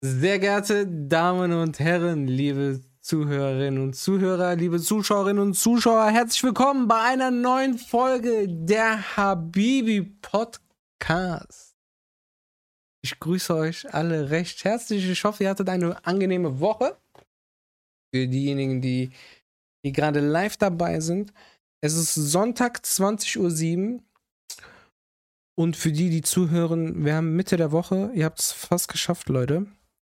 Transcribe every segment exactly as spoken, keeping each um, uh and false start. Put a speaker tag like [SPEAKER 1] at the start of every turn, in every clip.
[SPEAKER 1] Sehr geehrte Damen und Herren, liebe Zuhörerinnen und Zuhörer, liebe Zuschauerinnen und Zuschauer, herzlich willkommen bei einer neuen Folge der Habibi Podcast. Ich grüße euch alle recht herzlich. Ich hoffe, ihr hattet eine angenehme Woche. Für diejenigen, die, die gerade live dabei sind. Es ist Sonntag, zwanzig Uhr sieben. Und für die, die zuhören, wir haben Mitte der Woche. Ihr habt es fast geschafft, Leute.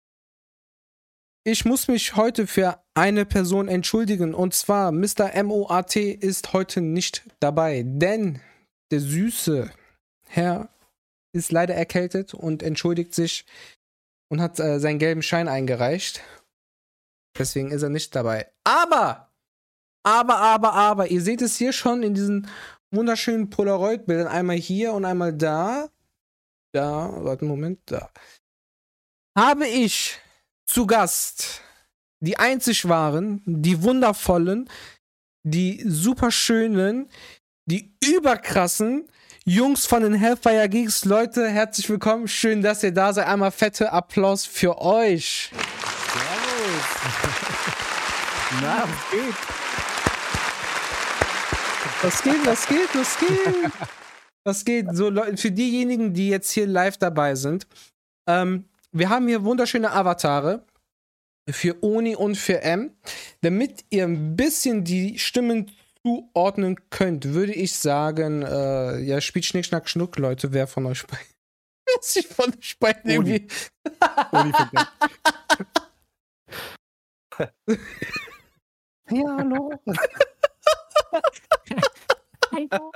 [SPEAKER 1] Ich muss mich heute für eine Person entschuldigen. Und zwar, Mister M O A T ist heute nicht dabei. Denn der süße Herr ist leider erkältet und entschuldigt sich und hat äh, seinen gelben Schein eingereicht. Deswegen ist er nicht dabei. Aber, aber, aber, aber, ihr seht es hier schon in diesen wunderschönen Polaroid-Bildern. Einmal hier und einmal da. Da, warte einen Moment, da. Habe ich zu Gast die einzig wahren, die wundervollen, die superschönen, die überkrassen Jungs von den Hellfire Geeks. Leute, herzlich willkommen. Schön, dass ihr da seid. Einmal fette Applaus für euch.
[SPEAKER 2] Servus. Na, was geht?
[SPEAKER 1] Was geht, was geht, was geht? Was geht? So, Leute, für diejenigen, die jetzt hier live dabei sind, ähm, wir haben hier wunderschöne Avatare für Oni und für M. Damit ihr ein bisschen die Stimmen zuordnen könnt, würde ich sagen, äh, ja, spielt Schnick, Schnack, Schnuck, Leute, wer von euch beiden? Wer sich von euch beiden irgendwie...
[SPEAKER 2] Oni fängt an.
[SPEAKER 3] Ja, hallo. Hallo.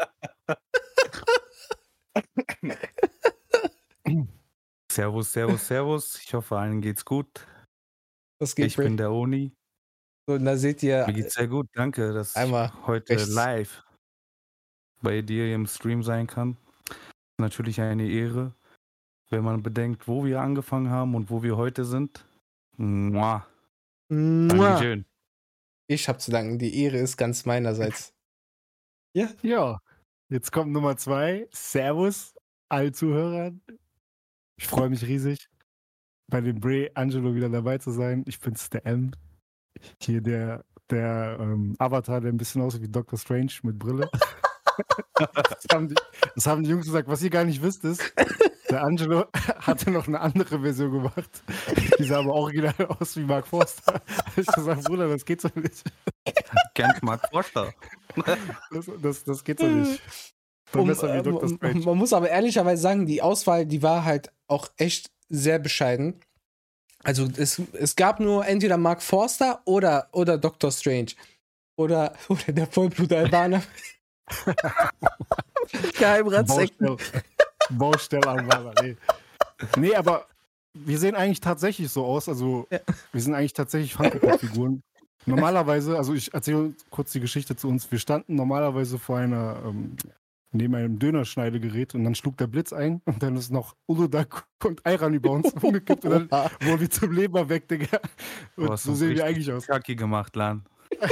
[SPEAKER 2] Servus, servus, servus. Ich hoffe, allen geht's gut.
[SPEAKER 1] Was geht,
[SPEAKER 2] Ich bin der Oni.
[SPEAKER 1] So, da seht ihr...
[SPEAKER 2] Mir geht's sehr gut. Danke, dass
[SPEAKER 1] Einmal
[SPEAKER 2] ich heute
[SPEAKER 1] rechts.
[SPEAKER 2] live bei dir im Stream sein kann. Natürlich eine Ehre, wenn man bedenkt, wo wir angefangen haben und wo wir heute sind. Mua. Dankeschön.
[SPEAKER 1] Ich hab zu danken, die Ehre ist ganz meinerseits. Ja.
[SPEAKER 3] Ja, jetzt kommt Nummer zwei. Servus, allen Zuhörern. Ich freue mich riesig, bei dem Bray Angelo wieder dabei zu sein. Ich bin's, der M. Hier der, der ähm, Avatar, der ein bisschen aussieht wie Doctor Strange mit Brille. das, haben die, das haben die Jungs gesagt. Was ihr gar nicht wisst, ist, der Angelo hatte noch eine andere Version gemacht. Die sah aber original aus wie Mark Forster. Ich hab gesagt, Bruder, das geht so nicht.
[SPEAKER 2] Kennt Mark Forster.
[SPEAKER 3] Das, das, das geht so nicht.
[SPEAKER 1] Um, äh, man, man muss aber ehrlicherweise sagen, die Auswahl, die war halt auch echt sehr bescheiden. Also es, es gab nur entweder Mark Forster oder, oder Doctor Strange. Oder, oder der Vollblut-Albaner.
[SPEAKER 3] Geheimratsecken. Baustelle-Albaner, nee. Nee, aber wir sehen eigentlich tatsächlich so aus. Also
[SPEAKER 1] ja.
[SPEAKER 3] Wir sind eigentlich tatsächlich Funko-Pop-Figuren. Normalerweise, also ich erzähle kurz die Geschichte zu uns. Wir standen normalerweise vor einer, ähm, neben einem Dönerschneidegerät und dann schlug der Blitz ein und dann ist noch Uludag und Ayran über uns umgekippt und dann wurden wir zum Leben erweckt, Digga. Und
[SPEAKER 2] du
[SPEAKER 3] so sehen wir eigentlich aus.
[SPEAKER 2] Kacki gemacht, Lan.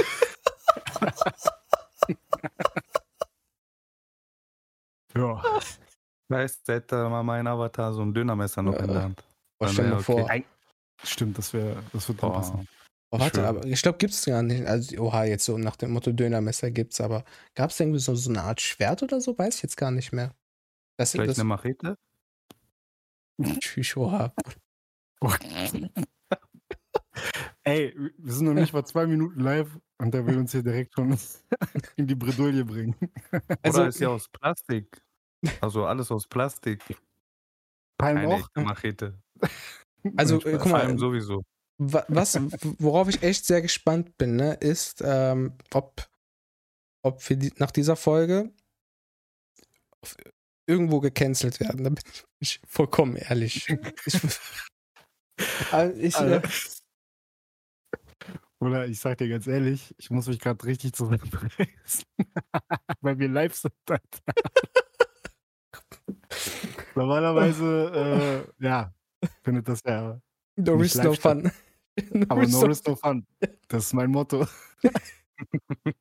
[SPEAKER 3] Ja.
[SPEAKER 2] Weißt du, hätte mal mein Avatar so ein Dönermesser noch
[SPEAKER 1] ja.
[SPEAKER 2] in der Hand.
[SPEAKER 1] Oh, stell dir
[SPEAKER 2] okay.
[SPEAKER 1] vor.
[SPEAKER 3] Stimmt, das wäre, das wird dann passen.
[SPEAKER 1] Oh, warte, aber ich glaube, gibt es gar nicht. Also, oha, jetzt so nach dem Motto Dönermesser gibt's, aber gab es irgendwie so, so eine Art Schwert oder so? Weiß ich jetzt gar nicht mehr. Das,
[SPEAKER 2] Vielleicht
[SPEAKER 1] das,
[SPEAKER 2] eine Machete?
[SPEAKER 1] Tschüss, oha.
[SPEAKER 3] Ey, wir sind noch nicht mal zwei Minuten live und der will uns hier direkt schon in die Bredouille bringen.
[SPEAKER 1] Also,
[SPEAKER 2] Oder ist ja aus Plastik. Also alles aus Plastik.
[SPEAKER 3] Palm
[SPEAKER 2] Keine
[SPEAKER 3] auch?
[SPEAKER 2] echte Machete.
[SPEAKER 1] Also, äh, guck mal,
[SPEAKER 2] Vor allem sowieso.
[SPEAKER 1] Was, worauf ich echt sehr gespannt bin, ne, ist, ähm, ob, ob wir die, nach dieser Folge irgendwo gecancelt werden. Da bin ich vollkommen ehrlich. ich, also ich,
[SPEAKER 3] also, oder ich sag dir ganz ehrlich, ich muss mich gerade richtig zusammenreißen, weil wir live sind. Normalerweise, äh, ja, findet das ja.
[SPEAKER 1] No risk, no fun.
[SPEAKER 3] No Aber no risk, no fun. Das ist mein Motto.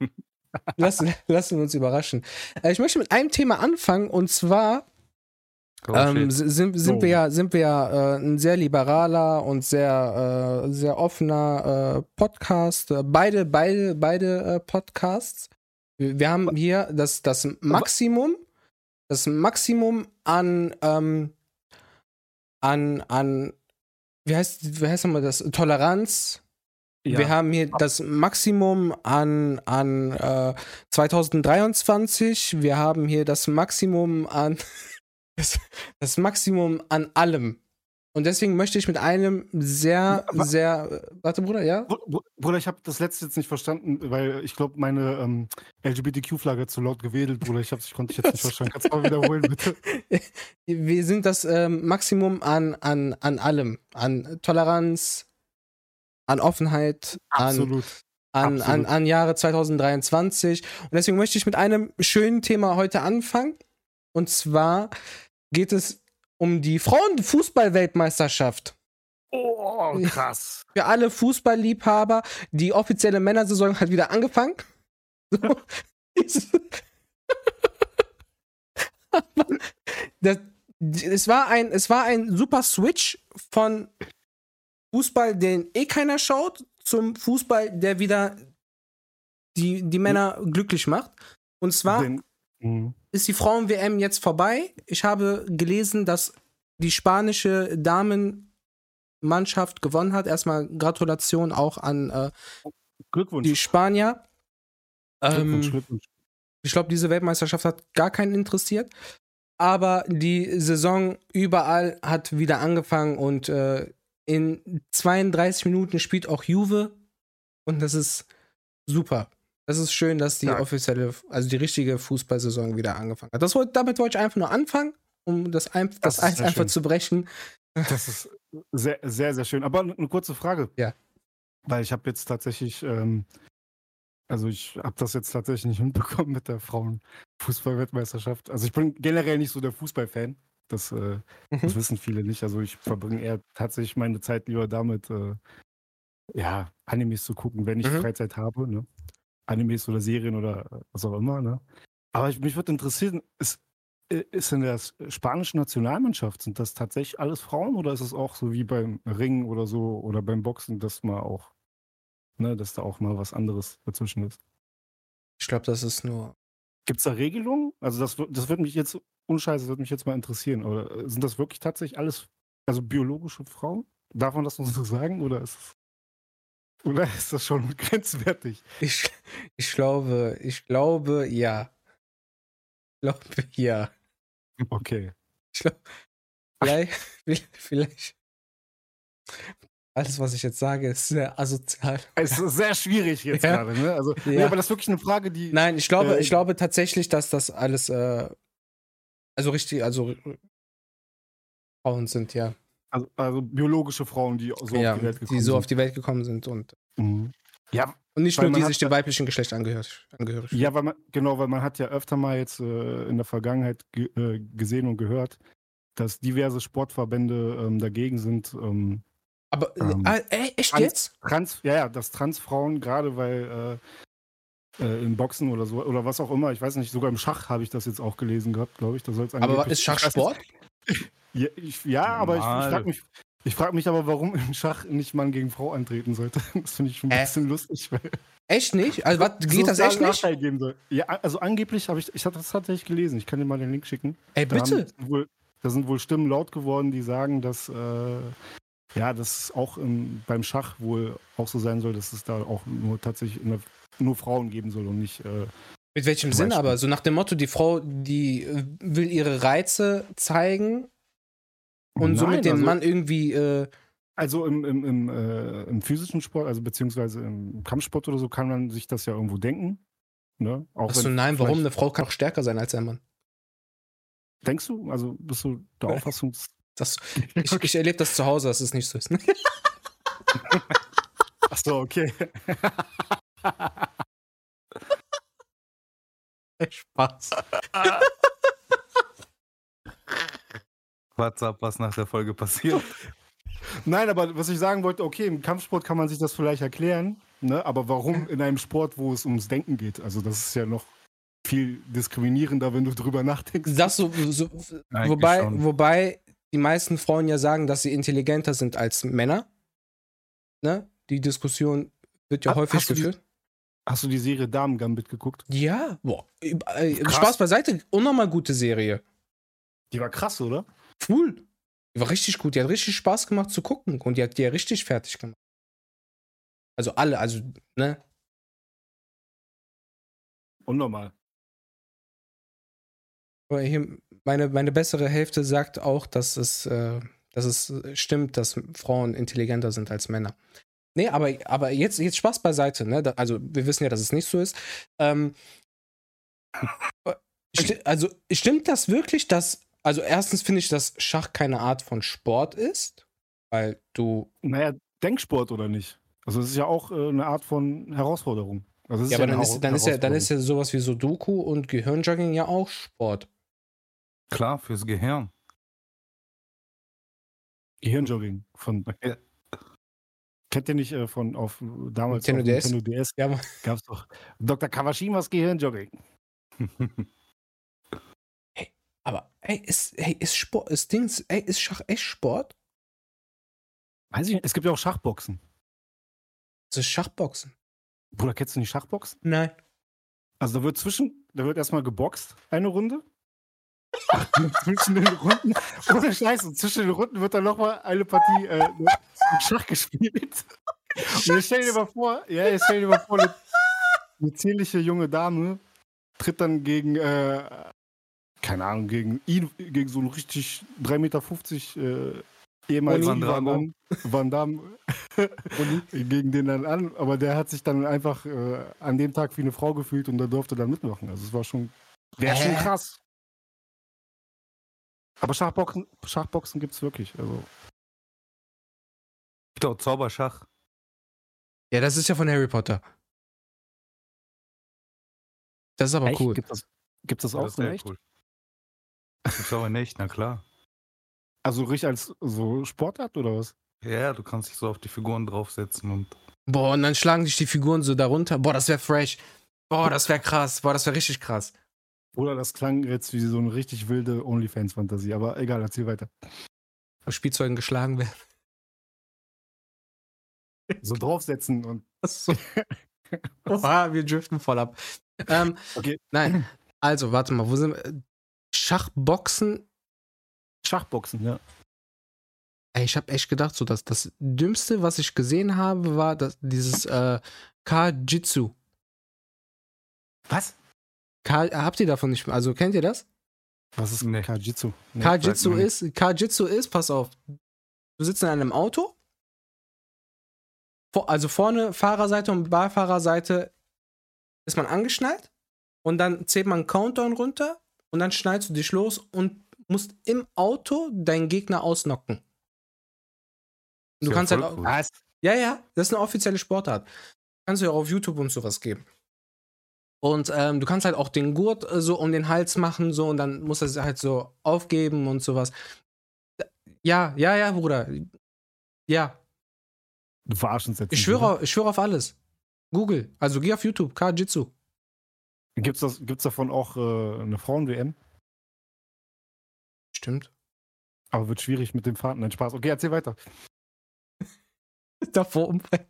[SPEAKER 1] lassen, lassen wir uns überraschen. Ich möchte mit einem Thema anfangen und zwar
[SPEAKER 2] Oh,
[SPEAKER 1] ähm,
[SPEAKER 2] shit.
[SPEAKER 1] sind, sind
[SPEAKER 3] Oh.
[SPEAKER 1] wir ja, sind wir ja äh, ein sehr liberaler und sehr, äh, sehr offener äh, Podcast. Äh, beide, beide, beide äh, Podcasts. Wir, wir haben hier das, das Maximum, das Maximum an, ähm, an, an, wie heißt, wie heißt nochmal das? Toleranz.
[SPEAKER 3] Ja.
[SPEAKER 1] Wir haben hier das Maximum an, an äh, zwanzig dreiundzwanzig. Wir haben hier das Maximum an das, das Maximum an allem. Und deswegen möchte ich mit einem sehr,
[SPEAKER 3] Aber-
[SPEAKER 1] sehr. äh, Warte, Bruder, ja?
[SPEAKER 3] Br- Br- Bruder, ich habe das letzte jetzt nicht verstanden, weil ich glaube, meine ähm, L G B T Q-Flagge hat zu laut gewedelt, Bruder. Ich, hab's, ich konnte dich jetzt nicht verstanden. Kannst du mal wiederholen, bitte?
[SPEAKER 1] Wir sind das ähm, Maximum an, an, an allem. An Toleranz, an Offenheit, an,
[SPEAKER 3] Absolut.
[SPEAKER 1] an, an,
[SPEAKER 3] absolut.
[SPEAKER 1] an Jahre zwanzig dreiundzwanzig. Und deswegen möchte ich mit einem schönen Thema heute anfangen. Und zwar geht es um die Frauenfußball-Weltmeisterschaft.
[SPEAKER 3] Oh, krass.
[SPEAKER 1] Für alle Fußballliebhaber. Die offizielle Männersaison hat wieder angefangen. So. Aber das, es, war ein, es war ein super Switch von Fußball, den eh keiner schaut, zum Fußball, der wieder die, die Männer glücklich macht. Und zwar
[SPEAKER 3] Den, mhm.
[SPEAKER 1] ist die Frauen-W M jetzt vorbei. Ich habe gelesen, dass die spanische Damenmannschaft gewonnen hat. Erstmal Gratulation auch an äh,
[SPEAKER 3] Glückwunsch.
[SPEAKER 1] die Spanier.
[SPEAKER 3] Glückwunsch,
[SPEAKER 1] Ähm,
[SPEAKER 3] Glückwunsch.
[SPEAKER 1] ich glaube, diese Weltmeisterschaft hat gar keinen interessiert. Aber die Saison überall hat wieder angefangen und äh, in zweiunddreißig Minuten spielt auch Juve. Und das ist super. Das ist schön, dass die
[SPEAKER 3] Ja.
[SPEAKER 1] offizielle, also die richtige Fußballsaison wieder angefangen hat. Das wollt, damit wollte ich einfach nur anfangen, um das, ein, das,
[SPEAKER 3] Das ist
[SPEAKER 1] Eis
[SPEAKER 3] sehr
[SPEAKER 1] einfach
[SPEAKER 3] schön.
[SPEAKER 1] zu brechen.
[SPEAKER 3] Das ist sehr, sehr, sehr schön. Aber eine kurze Frage.
[SPEAKER 1] Ja.
[SPEAKER 3] Weil ich habe jetzt tatsächlich, ähm, also ich habe das jetzt tatsächlich nicht mitbekommen mit der Frauenfußball-Weltmeisterschaft. Also ich bin generell nicht so der Fußballfan. Das, äh, das
[SPEAKER 1] Mhm.
[SPEAKER 3] wissen viele nicht. Also ich verbringe eher tatsächlich meine Zeit lieber damit, äh, ja, Animes zu gucken, wenn ich
[SPEAKER 1] Mhm.
[SPEAKER 3] Freizeit habe. Ne? Animes oder Serien oder äh, was auch immer. Ne? Aber ich, mich würde interessieren, ist, äh, ist in der spanischen Nationalmannschaft, sind das tatsächlich alles Frauen oder ist es auch so wie beim Ringen oder so oder beim Boxen, dass mal auch, ne, dass da auch mal was anderes dazwischen ist?
[SPEAKER 1] Ich glaube, das ist nur.
[SPEAKER 3] Gibt es da Regelungen? Also das, wür- das würde mich jetzt, unscheiße, das würde mich jetzt mal interessieren. Oder äh, sind das wirklich tatsächlich alles, also biologische Frauen? Darf man das noch so sagen? Oder ist, es, oder ist das schon grenzwertig?
[SPEAKER 1] Ich, ich glaube, ich glaube, ja. Ich glaube, ja.
[SPEAKER 3] Okay.
[SPEAKER 1] Ich glaube, vielleicht, vielleicht. Alles, was ich jetzt sage, ist sehr asozial.
[SPEAKER 3] Es ist sehr schwierig jetzt
[SPEAKER 1] Ja.
[SPEAKER 3] gerade, ne? Also, nee,
[SPEAKER 1] Ja.
[SPEAKER 3] aber das ist wirklich eine Frage, die.
[SPEAKER 1] Nein, ich glaube,
[SPEAKER 3] Äh,
[SPEAKER 1] ich glaube tatsächlich, dass das alles, äh, also richtig, also Frauen sind, ja.
[SPEAKER 3] Also, also biologische Frauen, die so
[SPEAKER 1] ja,
[SPEAKER 3] auf die Welt gekommen
[SPEAKER 1] die so
[SPEAKER 3] sind.
[SPEAKER 1] auf die Welt gekommen sind und,
[SPEAKER 3] Mhm. Ja,
[SPEAKER 1] und nicht
[SPEAKER 3] Weil
[SPEAKER 1] nur
[SPEAKER 3] man
[SPEAKER 1] die
[SPEAKER 3] hat
[SPEAKER 1] sich dem
[SPEAKER 3] ja-
[SPEAKER 1] weiblichen Geschlecht angehört, angehörig
[SPEAKER 3] ja, weil man, genau, weil man hat ja öfter mal jetzt äh, in der Vergangenheit ge äh, gesehen und gehört, dass diverse Sportverbände ähm, dagegen sind. Ähm,
[SPEAKER 1] Aber,
[SPEAKER 3] ähm,
[SPEAKER 1] äh, äh, echt
[SPEAKER 3] Trans-
[SPEAKER 1] jetzt?
[SPEAKER 3] Trans, ja, ja, dass Transfrauen, gerade weil äh, äh, im Boxen oder so, oder was auch immer, ich weiß nicht, sogar im Schach habe ich das jetzt auch gelesen gehabt, glaube ich. Da soll's
[SPEAKER 1] Aber
[SPEAKER 3] angeblich-
[SPEAKER 1] ist Schach
[SPEAKER 3] ich weiß
[SPEAKER 1] Sport?
[SPEAKER 3] nicht- Ja, ich, ja aber ich, ich
[SPEAKER 2] Normal.
[SPEAKER 3] frage mich, ich frag mich aber, warum im Schach nicht Mann gegen Frau antreten sollte. Das finde ich schon ein
[SPEAKER 1] Äh,
[SPEAKER 3] bisschen lustig, weil
[SPEAKER 1] Echt nicht? Also, was, geht das
[SPEAKER 3] sozialen
[SPEAKER 1] echt nicht?
[SPEAKER 3] Nachteil geben soll. Ja, also angeblich habe ich, ich habe das tatsächlich gelesen. Ich kann dir mal den Link schicken.
[SPEAKER 1] Ey,
[SPEAKER 3] Da,
[SPEAKER 1] bitte?
[SPEAKER 3] haben wohl, da sind wohl Stimmen laut geworden, die sagen, dass äh, ja, dass auch im, beim Schach wohl auch so sein soll, dass es da auch nur tatsächlich nur, nur Frauen geben soll und nicht. Äh,
[SPEAKER 1] Mit welchem
[SPEAKER 3] Zum
[SPEAKER 1] Sinn
[SPEAKER 3] Beispiel.
[SPEAKER 1] aber? So nach dem Motto, die Frau, die äh, will ihre Reize zeigen und
[SPEAKER 3] Nein,
[SPEAKER 1] somit dem
[SPEAKER 3] also,
[SPEAKER 1] Mann irgendwie, äh,
[SPEAKER 3] Also im, im, im, äh, im physischen Sport, also beziehungsweise im Kampfsport oder so, kann man sich das ja irgendwo denken. Ne? Auch
[SPEAKER 1] achso,
[SPEAKER 3] wenn
[SPEAKER 1] nein, warum?
[SPEAKER 3] vielleicht-
[SPEAKER 1] Eine Frau kann auch stärker sein als ein Mann.
[SPEAKER 3] Denkst du? Also bist du der Auffassung?
[SPEAKER 1] Das, ich ich erlebe das zu Hause, dass es nicht so ist. Ne?
[SPEAKER 3] Achso, okay.
[SPEAKER 1] Spaß.
[SPEAKER 2] What's up, was nach der Folge passiert?
[SPEAKER 3] Nein, aber was ich sagen wollte, okay, im Kampfsport kann man sich das vielleicht erklären, ne? Aber warum in einem Sport, wo es ums Denken geht? Also das ist ja noch viel diskriminierender, wenn du drüber nachdenkst.
[SPEAKER 1] Das so, so
[SPEAKER 2] Eigentlich
[SPEAKER 1] wobei,
[SPEAKER 2] schon.
[SPEAKER 1] wobei die meisten Frauen ja sagen, dass sie intelligenter sind als Männer. Ne? Die Diskussion wird ja
[SPEAKER 3] Ha-
[SPEAKER 1] häufig
[SPEAKER 3] hast du die-
[SPEAKER 1] geführt.
[SPEAKER 3] Hast du die Serie Damen Gambit geguckt?
[SPEAKER 1] Ja, boah. Äh,
[SPEAKER 3] Krass.
[SPEAKER 1] Spaß beiseite, unnormal gute Serie.
[SPEAKER 3] Die war krass, oder?
[SPEAKER 1] Cool. Die war richtig gut. Die hat richtig Spaß gemacht zu gucken und die hat die ja richtig fertig gemacht. Also alle, also, ne?
[SPEAKER 3] Unnormal.
[SPEAKER 1] Aber hier, meine, meine bessere Hälfte sagt auch, dass es, äh, dass es stimmt, dass Frauen intelligenter sind als Männer. Nee, aber, aber jetzt, jetzt Spaß beiseite, ne? Da, also, wir wissen ja, dass es nicht so ist. Ähm, sti- also, stimmt das wirklich, dass. Also, erstens finde ich, dass Schach keine Art von Sport ist, weil du.
[SPEAKER 3] Naja, Denksport oder nicht? Also es ist ja auch äh, eine Art von Herausforderung. Also es
[SPEAKER 1] Ja, aber
[SPEAKER 3] eine
[SPEAKER 1] dann
[SPEAKER 3] Hau-
[SPEAKER 1] ist, dann, ist ja, dann
[SPEAKER 3] Herausforderung.
[SPEAKER 1] ist ja sowas wie Sudoku und Gehirnjogging ja auch Sport.
[SPEAKER 2] Klar, fürs Gehirn.
[SPEAKER 3] Gehirnjogging von.
[SPEAKER 2] Ja.
[SPEAKER 3] Kennt ihr nicht äh, von auf damals
[SPEAKER 1] Nintendo
[SPEAKER 3] auf
[SPEAKER 1] D S?
[SPEAKER 3] Nintendo D S
[SPEAKER 1] Ja, aber,
[SPEAKER 3] gab's doch Doktor Kawashimas Gehirnjogging.
[SPEAKER 1] aber ey, ist, ey, ist Sport, ist Dings, ey, ist Schach echt Sport?
[SPEAKER 3] Weiß ich nicht, es gibt ja auch Schachboxen.
[SPEAKER 1] Das ist Schachboxen.
[SPEAKER 3] Bruder, kennst du nicht Schachboxen?
[SPEAKER 1] Nein.
[SPEAKER 3] Also da wird zwischen, da wird erstmal geboxt, eine Runde. Und zwischen den Runden, ohne Scheiße, zwischen den Runden wird dann nochmal eine Partie äh, mit Schach gespielt. Und jetzt stell dir mal vor, ja, jetzt stell dir mal vor, eine, eine zierliche junge Dame tritt dann gegen, äh, keine Ahnung, gegen ihn, gegen so einen richtig drei Meter fünfzig äh, ehemals
[SPEAKER 2] Van
[SPEAKER 3] Van
[SPEAKER 2] Damme.
[SPEAKER 3] Damme, Van Damme gegen den dann an, aber der hat sich dann einfach äh, an dem Tag wie eine Frau gefühlt und da durfte dann mitmachen. Also es war schon, wäre schon
[SPEAKER 1] Hä?
[SPEAKER 3] krass. Aber Schachboxen, Schachboxen gibt's wirklich. Also
[SPEAKER 2] Ich glaube, Zauberschach.
[SPEAKER 1] Ja, das ist ja von Harry Potter. Das ist aber
[SPEAKER 3] echt?
[SPEAKER 1] cool.
[SPEAKER 3] Gibt das, gibt's das
[SPEAKER 2] Ja,
[SPEAKER 3] auch
[SPEAKER 2] das ist
[SPEAKER 3] so
[SPEAKER 2] sehr
[SPEAKER 3] echt?
[SPEAKER 2] cool. Ich glaube nicht, na klar.
[SPEAKER 3] Also richtig als so Sportart oder was?
[SPEAKER 2] Ja, du kannst dich so auf die Figuren draufsetzen und
[SPEAKER 1] Boah, und dann schlagen sich die Figuren so darunter. Boah, das wäre fresh. Boah, das wäre krass. Boah, das wäre richtig krass.
[SPEAKER 3] Oder das klang jetzt wie so eine richtig wilde OnlyFans-Fantasie. Aber egal, erzähl weiter.
[SPEAKER 1] Wo Spielzeugen geschlagen werden.
[SPEAKER 3] So draufsetzen und.
[SPEAKER 1] So. Oha, wir driften voll ab. Ähm,
[SPEAKER 3] Okay.
[SPEAKER 1] nein, also, warte mal, wo sind wir? Schachboxen.
[SPEAKER 3] Schachboxen, ja.
[SPEAKER 1] Ey, ich habe echt gedacht, so dass das Dümmste, was ich gesehen habe, war das, dieses äh, Kajitsu.
[SPEAKER 3] Was?
[SPEAKER 1] Ka habt ihr davon nicht, also kennt ihr das?
[SPEAKER 3] Was ist
[SPEAKER 2] Nee.
[SPEAKER 3] Kajitsu? Nee.
[SPEAKER 1] Kajitsu
[SPEAKER 2] sagt mir
[SPEAKER 1] ist, Kajitsu ist, pass auf, du sitzt in einem Auto, vor, also vorne Fahrerseite und Beifahrerseite ist man angeschnallt und dann zählt man einen Countdown runter und dann schnallst du dich los und musst im Auto deinen Gegner ausnocken. Du
[SPEAKER 2] Ist ja
[SPEAKER 1] kannst halt
[SPEAKER 2] voll
[SPEAKER 1] auch,
[SPEAKER 2] cool.
[SPEAKER 3] Was?
[SPEAKER 1] ja, ja, das ist eine offizielle Sportart. Kannst du ja auch auf YouTube und sowas geben. Und ähm, du kannst halt auch den Gurt äh, so um den Hals machen, so, und dann musst du es halt so aufgeben und sowas. Ja, ja, ja, Bruder. Ja,
[SPEAKER 3] Du verarschen uns jetzt.
[SPEAKER 1] ich
[SPEAKER 3] nicht,
[SPEAKER 1] schwöre,
[SPEAKER 3] oder?
[SPEAKER 1] auf- ich schwöre auf alles. Google, also geh auf YouTube, Kajitsu.
[SPEAKER 3] Gibt's, das, gibt's davon auch äh, eine Frauen-W M?
[SPEAKER 1] Stimmt.
[SPEAKER 3] Aber wird schwierig mit dem Fahren. Nein, Spaß. Okay, erzähl weiter.
[SPEAKER 1] Davor umfallen.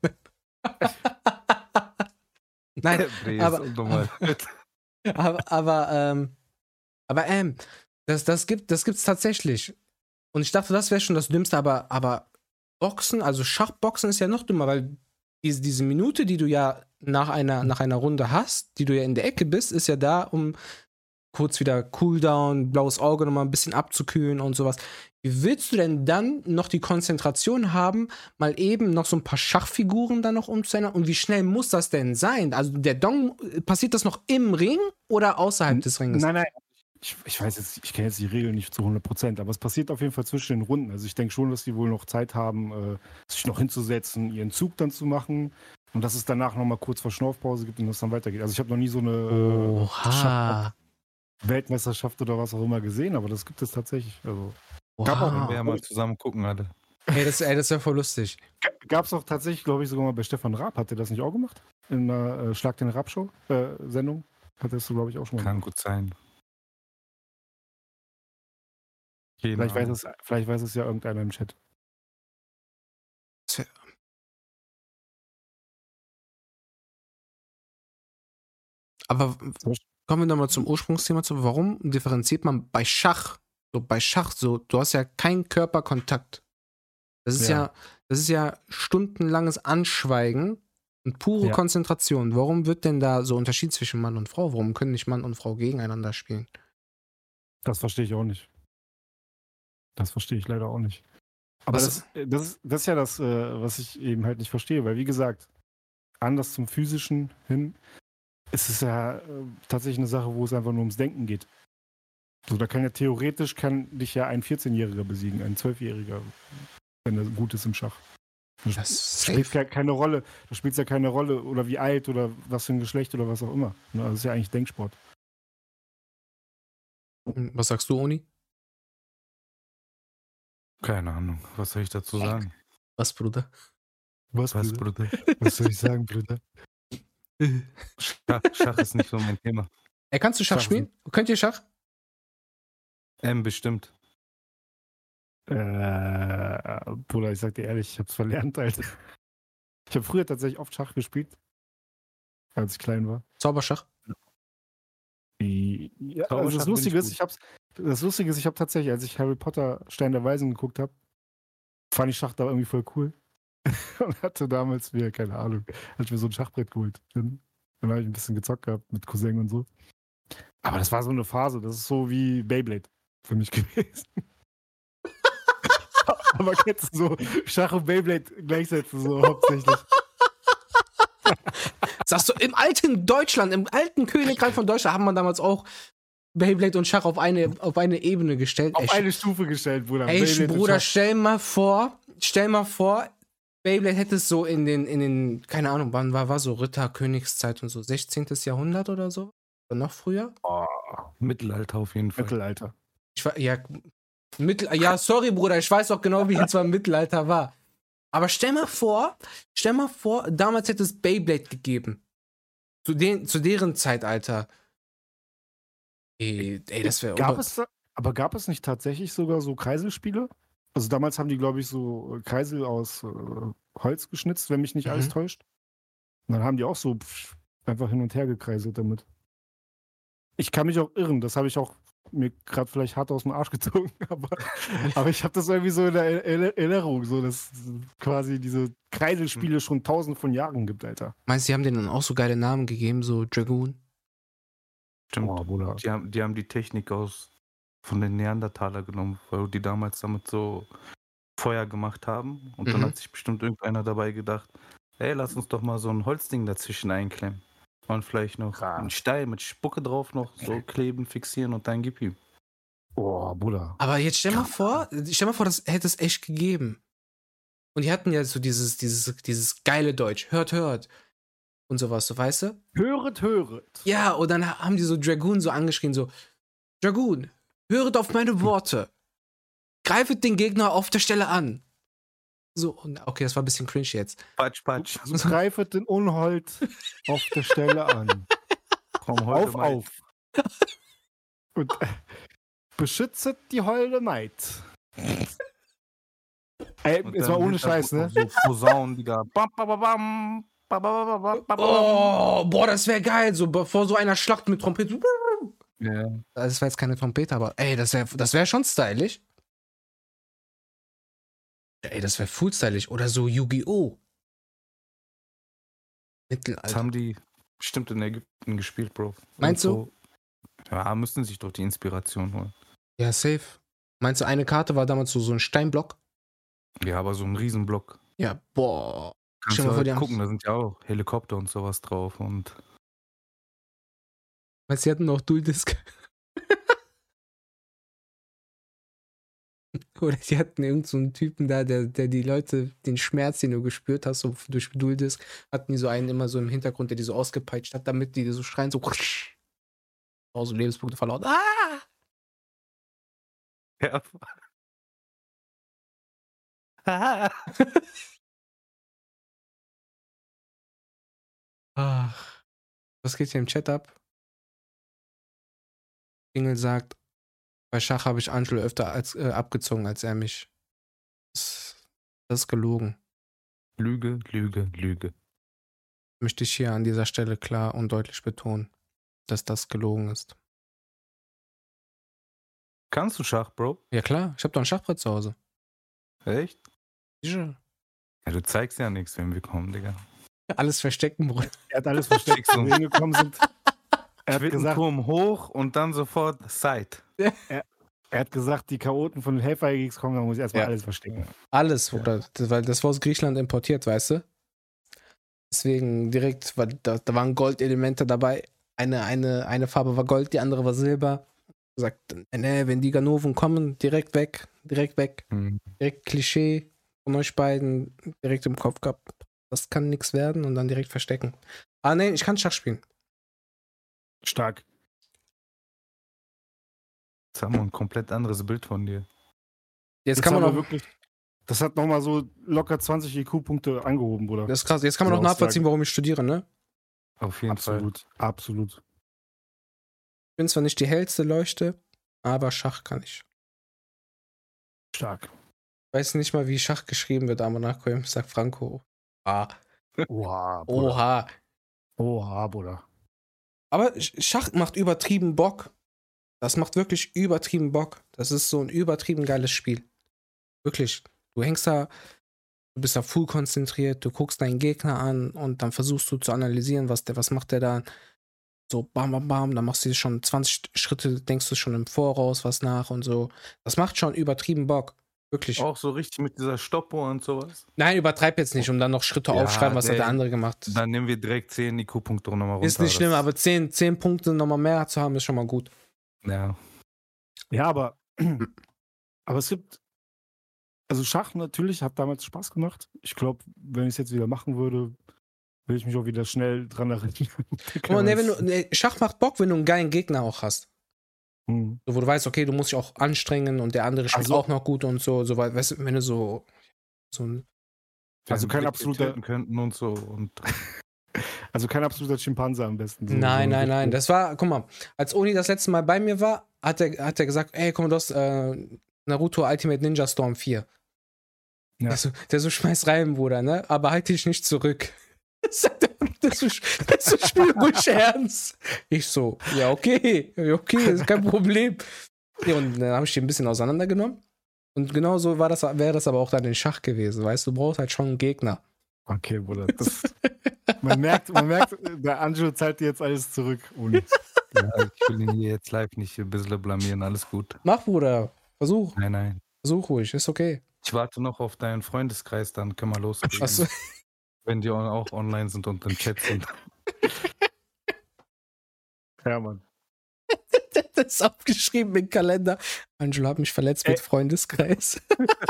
[SPEAKER 1] Nein,
[SPEAKER 2] Dreh ist
[SPEAKER 1] aber-
[SPEAKER 2] unnormal.
[SPEAKER 1] aber, aber, ähm, aber, ähm, das, das gibt, das gibt's tatsächlich. Und ich dachte, das wäre schon das Dümmste, aber, aber Boxen, also Schachboxen ist ja noch dümmer, weil diese, diese Minute, die du ja nach einer, nach einer Runde hast, die du ja in der Ecke bist, ist ja da, um kurz wieder Cooldown, blaues Auge nochmal ein bisschen abzukühlen und sowas. Wie willst du denn dann noch die Konzentration haben, mal eben noch so ein paar Schachfiguren dann noch umzuändern? Und wie schnell muss das denn sein? Also der Dong, passiert das noch im Ring oder außerhalb des Ringes?
[SPEAKER 3] Nein, nein. Ich, ich weiß jetzt, ich kenne jetzt die Regeln nicht zu hundert Prozent, aber es passiert auf jeden Fall zwischen den Runden. Also ich denke schon, dass die wohl noch Zeit haben, äh, sich noch hinzusetzen, ihren Zug dann zu machen und dass es danach nochmal kurz vor Schnaufpause gibt und das dann weitergeht. Also ich habe noch nie so eine äh,
[SPEAKER 1] Oha.
[SPEAKER 3] Weltmeisterschaft oder was auch immer gesehen, aber das gibt es tatsächlich. Also Gab auch-
[SPEAKER 2] Wenn wir
[SPEAKER 1] Oha.
[SPEAKER 2] ja mal zusammen gucken, alle.
[SPEAKER 1] Ey, das, ey, das wäre voll lustig.
[SPEAKER 3] gab es auch tatsächlich, glaube ich, sogar mal bei Stefan Raab. Hat er das nicht auch gemacht? In einer äh, Schlag den Raab-Show, äh, Sendung? Hattest du, glaube ich, auch schon mal.
[SPEAKER 2] Kann gut sein. Keine
[SPEAKER 3] Vielleicht weiß,
[SPEAKER 2] Ahnung.
[SPEAKER 3] es, vielleicht weiß es ja irgendeiner im Chat.
[SPEAKER 1] Tja. Aber
[SPEAKER 3] So,
[SPEAKER 1] kommen wir nochmal zum Ursprungsthema zu. Warum differenziert man bei Schach? So bei Schach, so, du hast ja keinen Körperkontakt. Das ist ja,
[SPEAKER 3] Ja.
[SPEAKER 1] das ist ja stundenlanges Anschweigen und pure
[SPEAKER 3] Ja.
[SPEAKER 1] Konzentration. Warum wird denn da so Unterschied zwischen Mann und Frau? Warum können nicht Mann und Frau gegeneinander spielen?
[SPEAKER 3] Das verstehe ich auch nicht. Das verstehe ich leider auch nicht. Aber
[SPEAKER 1] Was-
[SPEAKER 3] das, das, ist, das ist ja das, äh, was ich eben halt nicht verstehe, weil wie gesagt, anders zum Physischen hin, ist es ja äh, tatsächlich eine Sache, wo es einfach nur ums Denken geht. So, da kann ja theoretisch kann dich ja ein vierzehnjähriger besiegen, ein zwölfjähriger, wenn er gut ist im Schach.
[SPEAKER 1] Das
[SPEAKER 3] Das spielt ja keine Rolle. Da spielt es ja keine Rolle, oder wie alt oder was für ein Geschlecht oder was auch immer. Ne, also das ist ja eigentlich Denksport.
[SPEAKER 1] Was sagst du, Oni?
[SPEAKER 2] Keine Ahnung. Was soll ich dazu sagen?
[SPEAKER 1] Was, Bruder?
[SPEAKER 3] Was,
[SPEAKER 2] Was,
[SPEAKER 3] Bruder?
[SPEAKER 2] Bruder?
[SPEAKER 3] Was soll ich sagen, Bruder?
[SPEAKER 2] Schach, Schach ist nicht so mein Thema.
[SPEAKER 1] Ey, kannst du Schach
[SPEAKER 3] Schach
[SPEAKER 1] spielen? Könnt ihr Schach?
[SPEAKER 2] Ähm, bestimmt.
[SPEAKER 3] Äh, Bruder, ich sag dir ehrlich, ich hab's verlernt, Alter. Ich habe früher tatsächlich oft Schach gespielt, als ich klein war.
[SPEAKER 1] Zauberschach?
[SPEAKER 3] Ja, also
[SPEAKER 2] Zauberschach
[SPEAKER 3] das
[SPEAKER 2] bin
[SPEAKER 3] Lustige
[SPEAKER 2] ich
[SPEAKER 3] ist,
[SPEAKER 2] gut.
[SPEAKER 3] ich hab's, das Lustige ist, ich habe tatsächlich, als ich Harry Potter Stein der Weisen geguckt habe, fand ich Schach da irgendwie voll cool. Und hatte damals mir, keine Ahnung, hatte ich mir so ein Schachbrett geholt. Dann, dann habe ich ein bisschen gezockt gehabt mit Cousin und so. Aber das war so eine Phase, das ist so wie Beyblade für mich gewesen. Aber kennst du so Schach und Beyblade gleichsetzen, so hauptsächlich.
[SPEAKER 1] Sagst du, im alten Deutschland, im alten Königreich von Deutschland haben wir damals auch Beyblade und Schach auf eine, auf eine Ebene gestellt.
[SPEAKER 3] Auf
[SPEAKER 1] Ey,
[SPEAKER 3] eine Stufe gestellt, Bruder.
[SPEAKER 1] ey
[SPEAKER 3] Beyblade und
[SPEAKER 1] Bruder,
[SPEAKER 3] Schach.
[SPEAKER 1] stell mal vor, stell mal vor, Beyblade hätte es so in den, in den, keine Ahnung, wann war, war so Ritter, Königszeit und so, sechzehntes Jahrhundert oder so? Oder noch früher?
[SPEAKER 2] Mittelalter auf jeden Fall.
[SPEAKER 3] Mittelalter.
[SPEAKER 1] Ich war, ja, Mittel, ja, sorry, Bruder, ich weiß auch genau, wie es beim Mittelalter war. Aber stell mal vor, stell mal vor, damals hätte es Beyblade gegeben. Zu, den, zu deren Zeitalter. Ey, ey das wäre
[SPEAKER 3] Gab es da, aber gab es nicht tatsächlich sogar so Kreiselspiele? Also damals haben die, glaube ich, so Kreisel aus äh, Holz geschnitzt, wenn mich nicht
[SPEAKER 1] Mhm.
[SPEAKER 3] alles täuscht. Und dann haben die auch so pff, einfach hin und her gekreiselt damit. Ich kann mich auch irren, das habe ich auch mir gerade vielleicht hart aus dem Arsch gezogen, aber, aber ich habe das irgendwie so in der Er- Erinnerung, so dass es quasi diese Kreiselspiele schon tausend von Jahren gibt, Alter.
[SPEAKER 1] Meinst du, die haben denen dann auch so geile Namen gegeben, so Dragoon?
[SPEAKER 2] Stimmt.
[SPEAKER 3] Boah, Bruder.
[SPEAKER 2] Die haben, die haben die Technik aus von den Neandertaler genommen, weil die damals damit so Feuer gemacht haben. Und dann
[SPEAKER 1] Mhm.
[SPEAKER 2] hat sich bestimmt irgendeiner dabei gedacht, ey, lass uns doch mal so ein Holzding dazwischen einklemmen. Und vielleicht noch
[SPEAKER 3] Krass.
[SPEAKER 2] einen Stein mit Spucke drauf noch so kleben, fixieren und dann gib ihm.
[SPEAKER 3] Boah, Bruder.
[SPEAKER 1] Aber jetzt stell mal vor, stell mal vor, das hätte es echt gegeben. Und die hatten ja so dieses, dieses, dieses geile Deutsch. Hört, hört. Und sowas, so, weißt du?
[SPEAKER 3] Höret, höret.
[SPEAKER 1] Ja, und dann haben die so Dragoon so angeschrien, so, Dragoon, höret auf meine Worte. Greifet den Gegner auf der Stelle an. So, und okay, das war ein bisschen cringe jetzt.
[SPEAKER 2] Patsch, patsch.
[SPEAKER 3] So greifet den Unhold auf der Stelle an.
[SPEAKER 2] Komm, heute
[SPEAKER 3] Auf,
[SPEAKER 2] mal.
[SPEAKER 3] auf. Und äh, beschützet die holde Maid. Ey,
[SPEAKER 2] Und
[SPEAKER 3] jetzt
[SPEAKER 2] dann
[SPEAKER 3] mal ohne
[SPEAKER 2] hinter
[SPEAKER 3] Scheiß, ne?
[SPEAKER 2] So Posaunen, Digga. Bam, bam, bam, bam. Bam, bam, bam, bam, bam, bam.
[SPEAKER 1] Oh, boah, das wäre geil, so bevor so einer Schlacht mit Trompete.
[SPEAKER 2] Ja.
[SPEAKER 1] Das wäre jetzt keine Trompete, aber ey, das wäre das wär schon stylisch. Ey, das wäre full stylisch. Oder so Yu-Gi-Oh!
[SPEAKER 2] Das
[SPEAKER 1] Mittelalter.
[SPEAKER 2] haben die bestimmt in Ägypten gespielt, Bro.
[SPEAKER 1] Meinst
[SPEAKER 2] Und so, ja, müssen sich doch die Inspiration holen.
[SPEAKER 1] Ja, safe. Meinst du, eine Karte war damals so, so ein Steinblock?
[SPEAKER 2] Ja, aber so ein Riesenblock.
[SPEAKER 1] Ja, boah.
[SPEAKER 2] Kannst
[SPEAKER 1] Stell
[SPEAKER 2] du
[SPEAKER 1] mal vor,
[SPEAKER 2] halt
[SPEAKER 1] die haben-
[SPEAKER 2] gucken, da sind ja auch Helikopter und sowas drauf. Und
[SPEAKER 1] Meinst du, die hatten noch Dual-Disc? Oder die hatten irgend so einen Typen da, der, der die Leute, den Schmerz, den du gespürt hast, so durch Dual-Disc, hatten die so einen immer so im Hintergrund, der die so ausgepeitscht hat, damit die so schreien, so oh, so Lebenspunkte verloren. Ah!
[SPEAKER 2] ja.
[SPEAKER 1] Ach. Was geht hier im Chat ab? Engel sagt, bei Schach habe ich Angelo öfter als, äh, abgezogen als er mich. Das, das ist gelogen.
[SPEAKER 2] Lüge, Lüge, Lüge.
[SPEAKER 1] Möchte ich hier an dieser Stelle klar und deutlich betonen, dass das gelogen ist.
[SPEAKER 2] Kannst du Schach, Bro?
[SPEAKER 1] Ja klar, ich habe doch ein Schachbrett zu Hause.
[SPEAKER 2] Echt?
[SPEAKER 1] Sicher.
[SPEAKER 2] Ja, du zeigst ja nichts, wenn wir kommen, Digga.
[SPEAKER 1] Alles verstecken, Bruder.
[SPEAKER 3] Er hat alles versteckt,
[SPEAKER 2] so.
[SPEAKER 3] wo wir hingekommen sind. Er hat, gesagt,
[SPEAKER 2] Turm hoch und dann sofort Side.
[SPEAKER 3] er, er hat gesagt, die Chaoten von den Hellfire Geeks kommen, da muss ich erstmal
[SPEAKER 1] Ja.
[SPEAKER 3] alles verstecken.
[SPEAKER 1] Alles, Bruder. Das, weil das war aus Griechenland importiert, weißt du? Deswegen direkt, weil da, da waren Goldelemente dabei. Eine, eine, eine Farbe war Gold, die andere war Silber. Sagt, nee, wenn die Ganoven kommen, direkt weg, direkt weg.
[SPEAKER 2] Hm.
[SPEAKER 1] Direkt Klischee von euch beiden, direkt im Kopf gehabt. Das kann nichts werden und dann direkt verstecken. Ah, nee, ich kann Schach spielen.
[SPEAKER 3] Stark.
[SPEAKER 2] Jetzt haben wir ein komplett anderes Bild von dir.
[SPEAKER 1] Jetzt
[SPEAKER 3] Das
[SPEAKER 1] kann man
[SPEAKER 3] haben
[SPEAKER 1] auch,
[SPEAKER 3] wir wirklich. Das hat nochmal so locker zwanzig I Q-Punkte angehoben, Bruder.
[SPEAKER 1] das ist krass, jetzt kann man
[SPEAKER 3] So
[SPEAKER 1] auch nachvollziehen,
[SPEAKER 3] Aussage.
[SPEAKER 1] warum ich studiere, ne?
[SPEAKER 2] Auf jeden Fall.
[SPEAKER 3] Absolut, absolut.
[SPEAKER 1] Ich bin zwar nicht die hellste Leuchte, aber Schach kann ich.
[SPEAKER 3] Stark.
[SPEAKER 1] Ich weiß nicht mal, wie Schach geschrieben wird, aber nachgucken, sagt Franco. Ah.
[SPEAKER 3] Oha, Bruder.
[SPEAKER 1] Oha.
[SPEAKER 3] Oha, Bruder.
[SPEAKER 1] Aber Sch- Schach macht übertrieben Bock. Das macht wirklich übertrieben Bock. Das ist so ein übertrieben geiles Spiel. Wirklich. Du hängst da, du bist da full konzentriert, du guckst deinen Gegner an und dann versuchst du zu analysieren, was der, was macht der da. So bam, bam, bam, dann machst du schon zwanzig Schritte, denkst du schon im Voraus was nach und so. Das macht schon übertrieben Bock. Wirklich.
[SPEAKER 2] Auch so richtig mit dieser Stoppuhr und sowas.
[SPEAKER 1] Nein, übertreib jetzt nicht und dann noch Schritte
[SPEAKER 2] Ja,
[SPEAKER 1] aufschreiben, was hat
[SPEAKER 2] ey,
[SPEAKER 1] der andere gemacht.
[SPEAKER 2] Dann nehmen wir direkt zehn I Q-Punkte nochmal runter.
[SPEAKER 1] Ist nicht schlimm,
[SPEAKER 2] Das-
[SPEAKER 1] aber zehn, zehn Punkte nochmal mehr zu haben, ist schon mal gut.
[SPEAKER 2] Ja.
[SPEAKER 3] Ja, aber, aber es gibt, also Schach natürlich hat damals Spaß gemacht. Ich glaube, wenn ich es jetzt wieder machen würde, will ich mich auch wieder schnell dran erinnern.
[SPEAKER 1] Guck mal, nee, wenn du, nee, Schach macht Bock, wenn du einen geilen Gegner auch hast.
[SPEAKER 3] Hm.
[SPEAKER 1] So, wo du weißt, okay, du musst dich auch anstrengen und der andere spielt
[SPEAKER 3] Also-
[SPEAKER 1] auch noch gut und so, so weil, weißt du, wenn du so, so ein,
[SPEAKER 3] Also
[SPEAKER 2] Wenn
[SPEAKER 3] kein
[SPEAKER 2] wir
[SPEAKER 3] absoluter-
[SPEAKER 2] töten könnten und so. Und
[SPEAKER 3] Also kein absoluter Schimpanse am besten. So,
[SPEAKER 1] nein,
[SPEAKER 3] so
[SPEAKER 1] nein, nein,
[SPEAKER 3] richtig-
[SPEAKER 1] das war, guck mal, als Oni das letzte Mal bei mir war, hat er, hat er gesagt, ey, guck mal, du hast äh, Naruto Ultimate Ninja Storm vier.
[SPEAKER 3] Ja.
[SPEAKER 1] Der, so, der so, schmeiß rein, Bruder, ne, aber halt dich nicht zurück. Sagt er, das ist, das ist Spiel ruhig ernst. Ich so, ja, okay, ja, okay, ist kein Problem. Ja, und dann habe ich die ein bisschen auseinandergenommen. Und genauso war das, wäre das aber auch dann in Schach gewesen, weißt du, du brauchst halt schon einen Gegner.
[SPEAKER 3] Okay, Bruder. Das, man, merkt, man merkt, der Angelo zahlt dir jetzt alles zurück. Und
[SPEAKER 2] ja, ich will ihn hier jetzt live nicht ein bisschen blamieren. Alles gut.
[SPEAKER 1] Mach, Bruder, versuch,
[SPEAKER 2] Nein, nein.
[SPEAKER 1] versuch ruhig, ist okay.
[SPEAKER 2] Ich warte noch auf deinen Freundeskreis, dann können wir loslegen.
[SPEAKER 1] Achso,
[SPEAKER 2] Wenn die auch online sind und im Chat sind.
[SPEAKER 3] ja, Mann.
[SPEAKER 1] das ist aufgeschrieben im Kalender. Angelo hat mich verletzt mit
[SPEAKER 3] Ey.
[SPEAKER 1] Freundeskreis.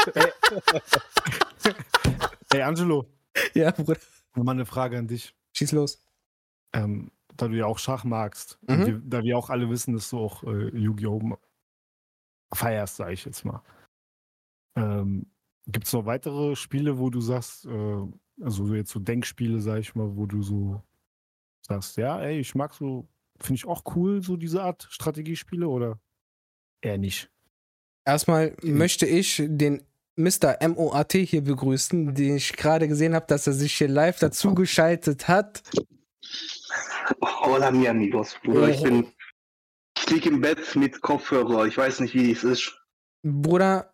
[SPEAKER 3] Hey, Angelo,
[SPEAKER 1] Ja, Bruder,
[SPEAKER 3] mal eine Frage an dich.
[SPEAKER 1] schieß los.
[SPEAKER 3] Ähm, da du ja auch Schach magst,
[SPEAKER 1] Mhm.
[SPEAKER 3] und wir, da wir auch alle wissen, dass du auch äh, Yu-Gi-Oh! Feierst, sage ich jetzt mal. Ähm, Gibt es noch weitere Spiele, wo du sagst, äh, also jetzt so Denkspiele, sag ich mal, wo du so sagst, ja, ey, ich mag so, finde ich auch cool, so diese Art Strategiespiele oder eher nicht?
[SPEAKER 1] Erstmal möchte ich den Mister M O A T hier begrüßen, den ich gerade gesehen habe, dass er sich hier live dazugeschaltet hat.
[SPEAKER 4] Hola, mi amigos, Bruder.
[SPEAKER 1] Oh.
[SPEAKER 4] Ich bin, ich lieg im Bett mit Kopfhörer. Ich weiß nicht, wie es ist.
[SPEAKER 1] Bruder,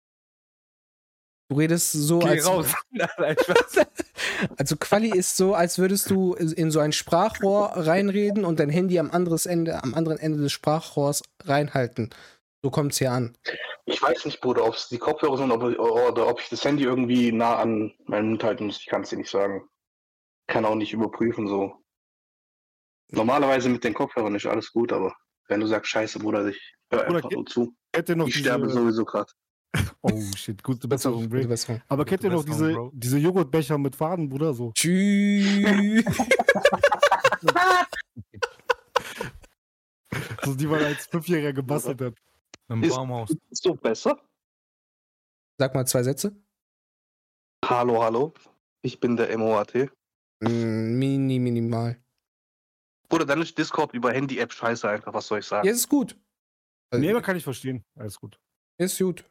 [SPEAKER 1] du redest so,
[SPEAKER 2] Geh
[SPEAKER 1] als,
[SPEAKER 2] raus. Nein, Spaß.
[SPEAKER 1] also Quali ist so, als würdest du in so ein Sprachrohr reinreden und dein Handy am, anderes Ende, am anderen Ende des Sprachrohrs reinhalten. So kommt's hier an.
[SPEAKER 4] Ich weiß nicht, Bruder, ob es die Kopfhörer sind ob, oder ob ich das Handy irgendwie nah an meinen Mund halten muss. Ich kann es dir nicht sagen. Kann auch nicht überprüfen, so. Normalerweise mit den Kopfhörern ist alles gut, aber wenn du sagst, scheiße, Bruder, ich höre
[SPEAKER 3] Bruder,
[SPEAKER 4] einfach
[SPEAKER 3] ge-
[SPEAKER 4] nur zu.
[SPEAKER 3] Kennt ihr noch
[SPEAKER 4] Ich
[SPEAKER 3] diese,
[SPEAKER 4] sterbe sowieso gerade.
[SPEAKER 3] Oh shit, gute Besserung,
[SPEAKER 1] Gute
[SPEAKER 3] Bray.
[SPEAKER 1] Besserung.
[SPEAKER 3] Aber kennt ihr noch
[SPEAKER 2] Besserung,
[SPEAKER 3] diese,
[SPEAKER 2] Bro.
[SPEAKER 3] diese Joghurtbecher mit Faden, Bruder? So.
[SPEAKER 1] Tschüss.
[SPEAKER 3] so die man als Fünfjähriger gebastelt hat.
[SPEAKER 2] Im
[SPEAKER 4] Ist-
[SPEAKER 2] Baumhaus.
[SPEAKER 4] Ist so besser?
[SPEAKER 1] Sag mal zwei Sätze.
[SPEAKER 4] Hallo, hallo. Ich bin der M O A T.
[SPEAKER 1] Mm, Mini, minimal.
[SPEAKER 4] Bruder, dann ist Discord über Handy-App scheiße einfach. Was soll ich sagen?
[SPEAKER 1] Ja, ist gut.
[SPEAKER 3] Nee, aber kann ich verstehen. Alles gut.
[SPEAKER 1] Ist gut.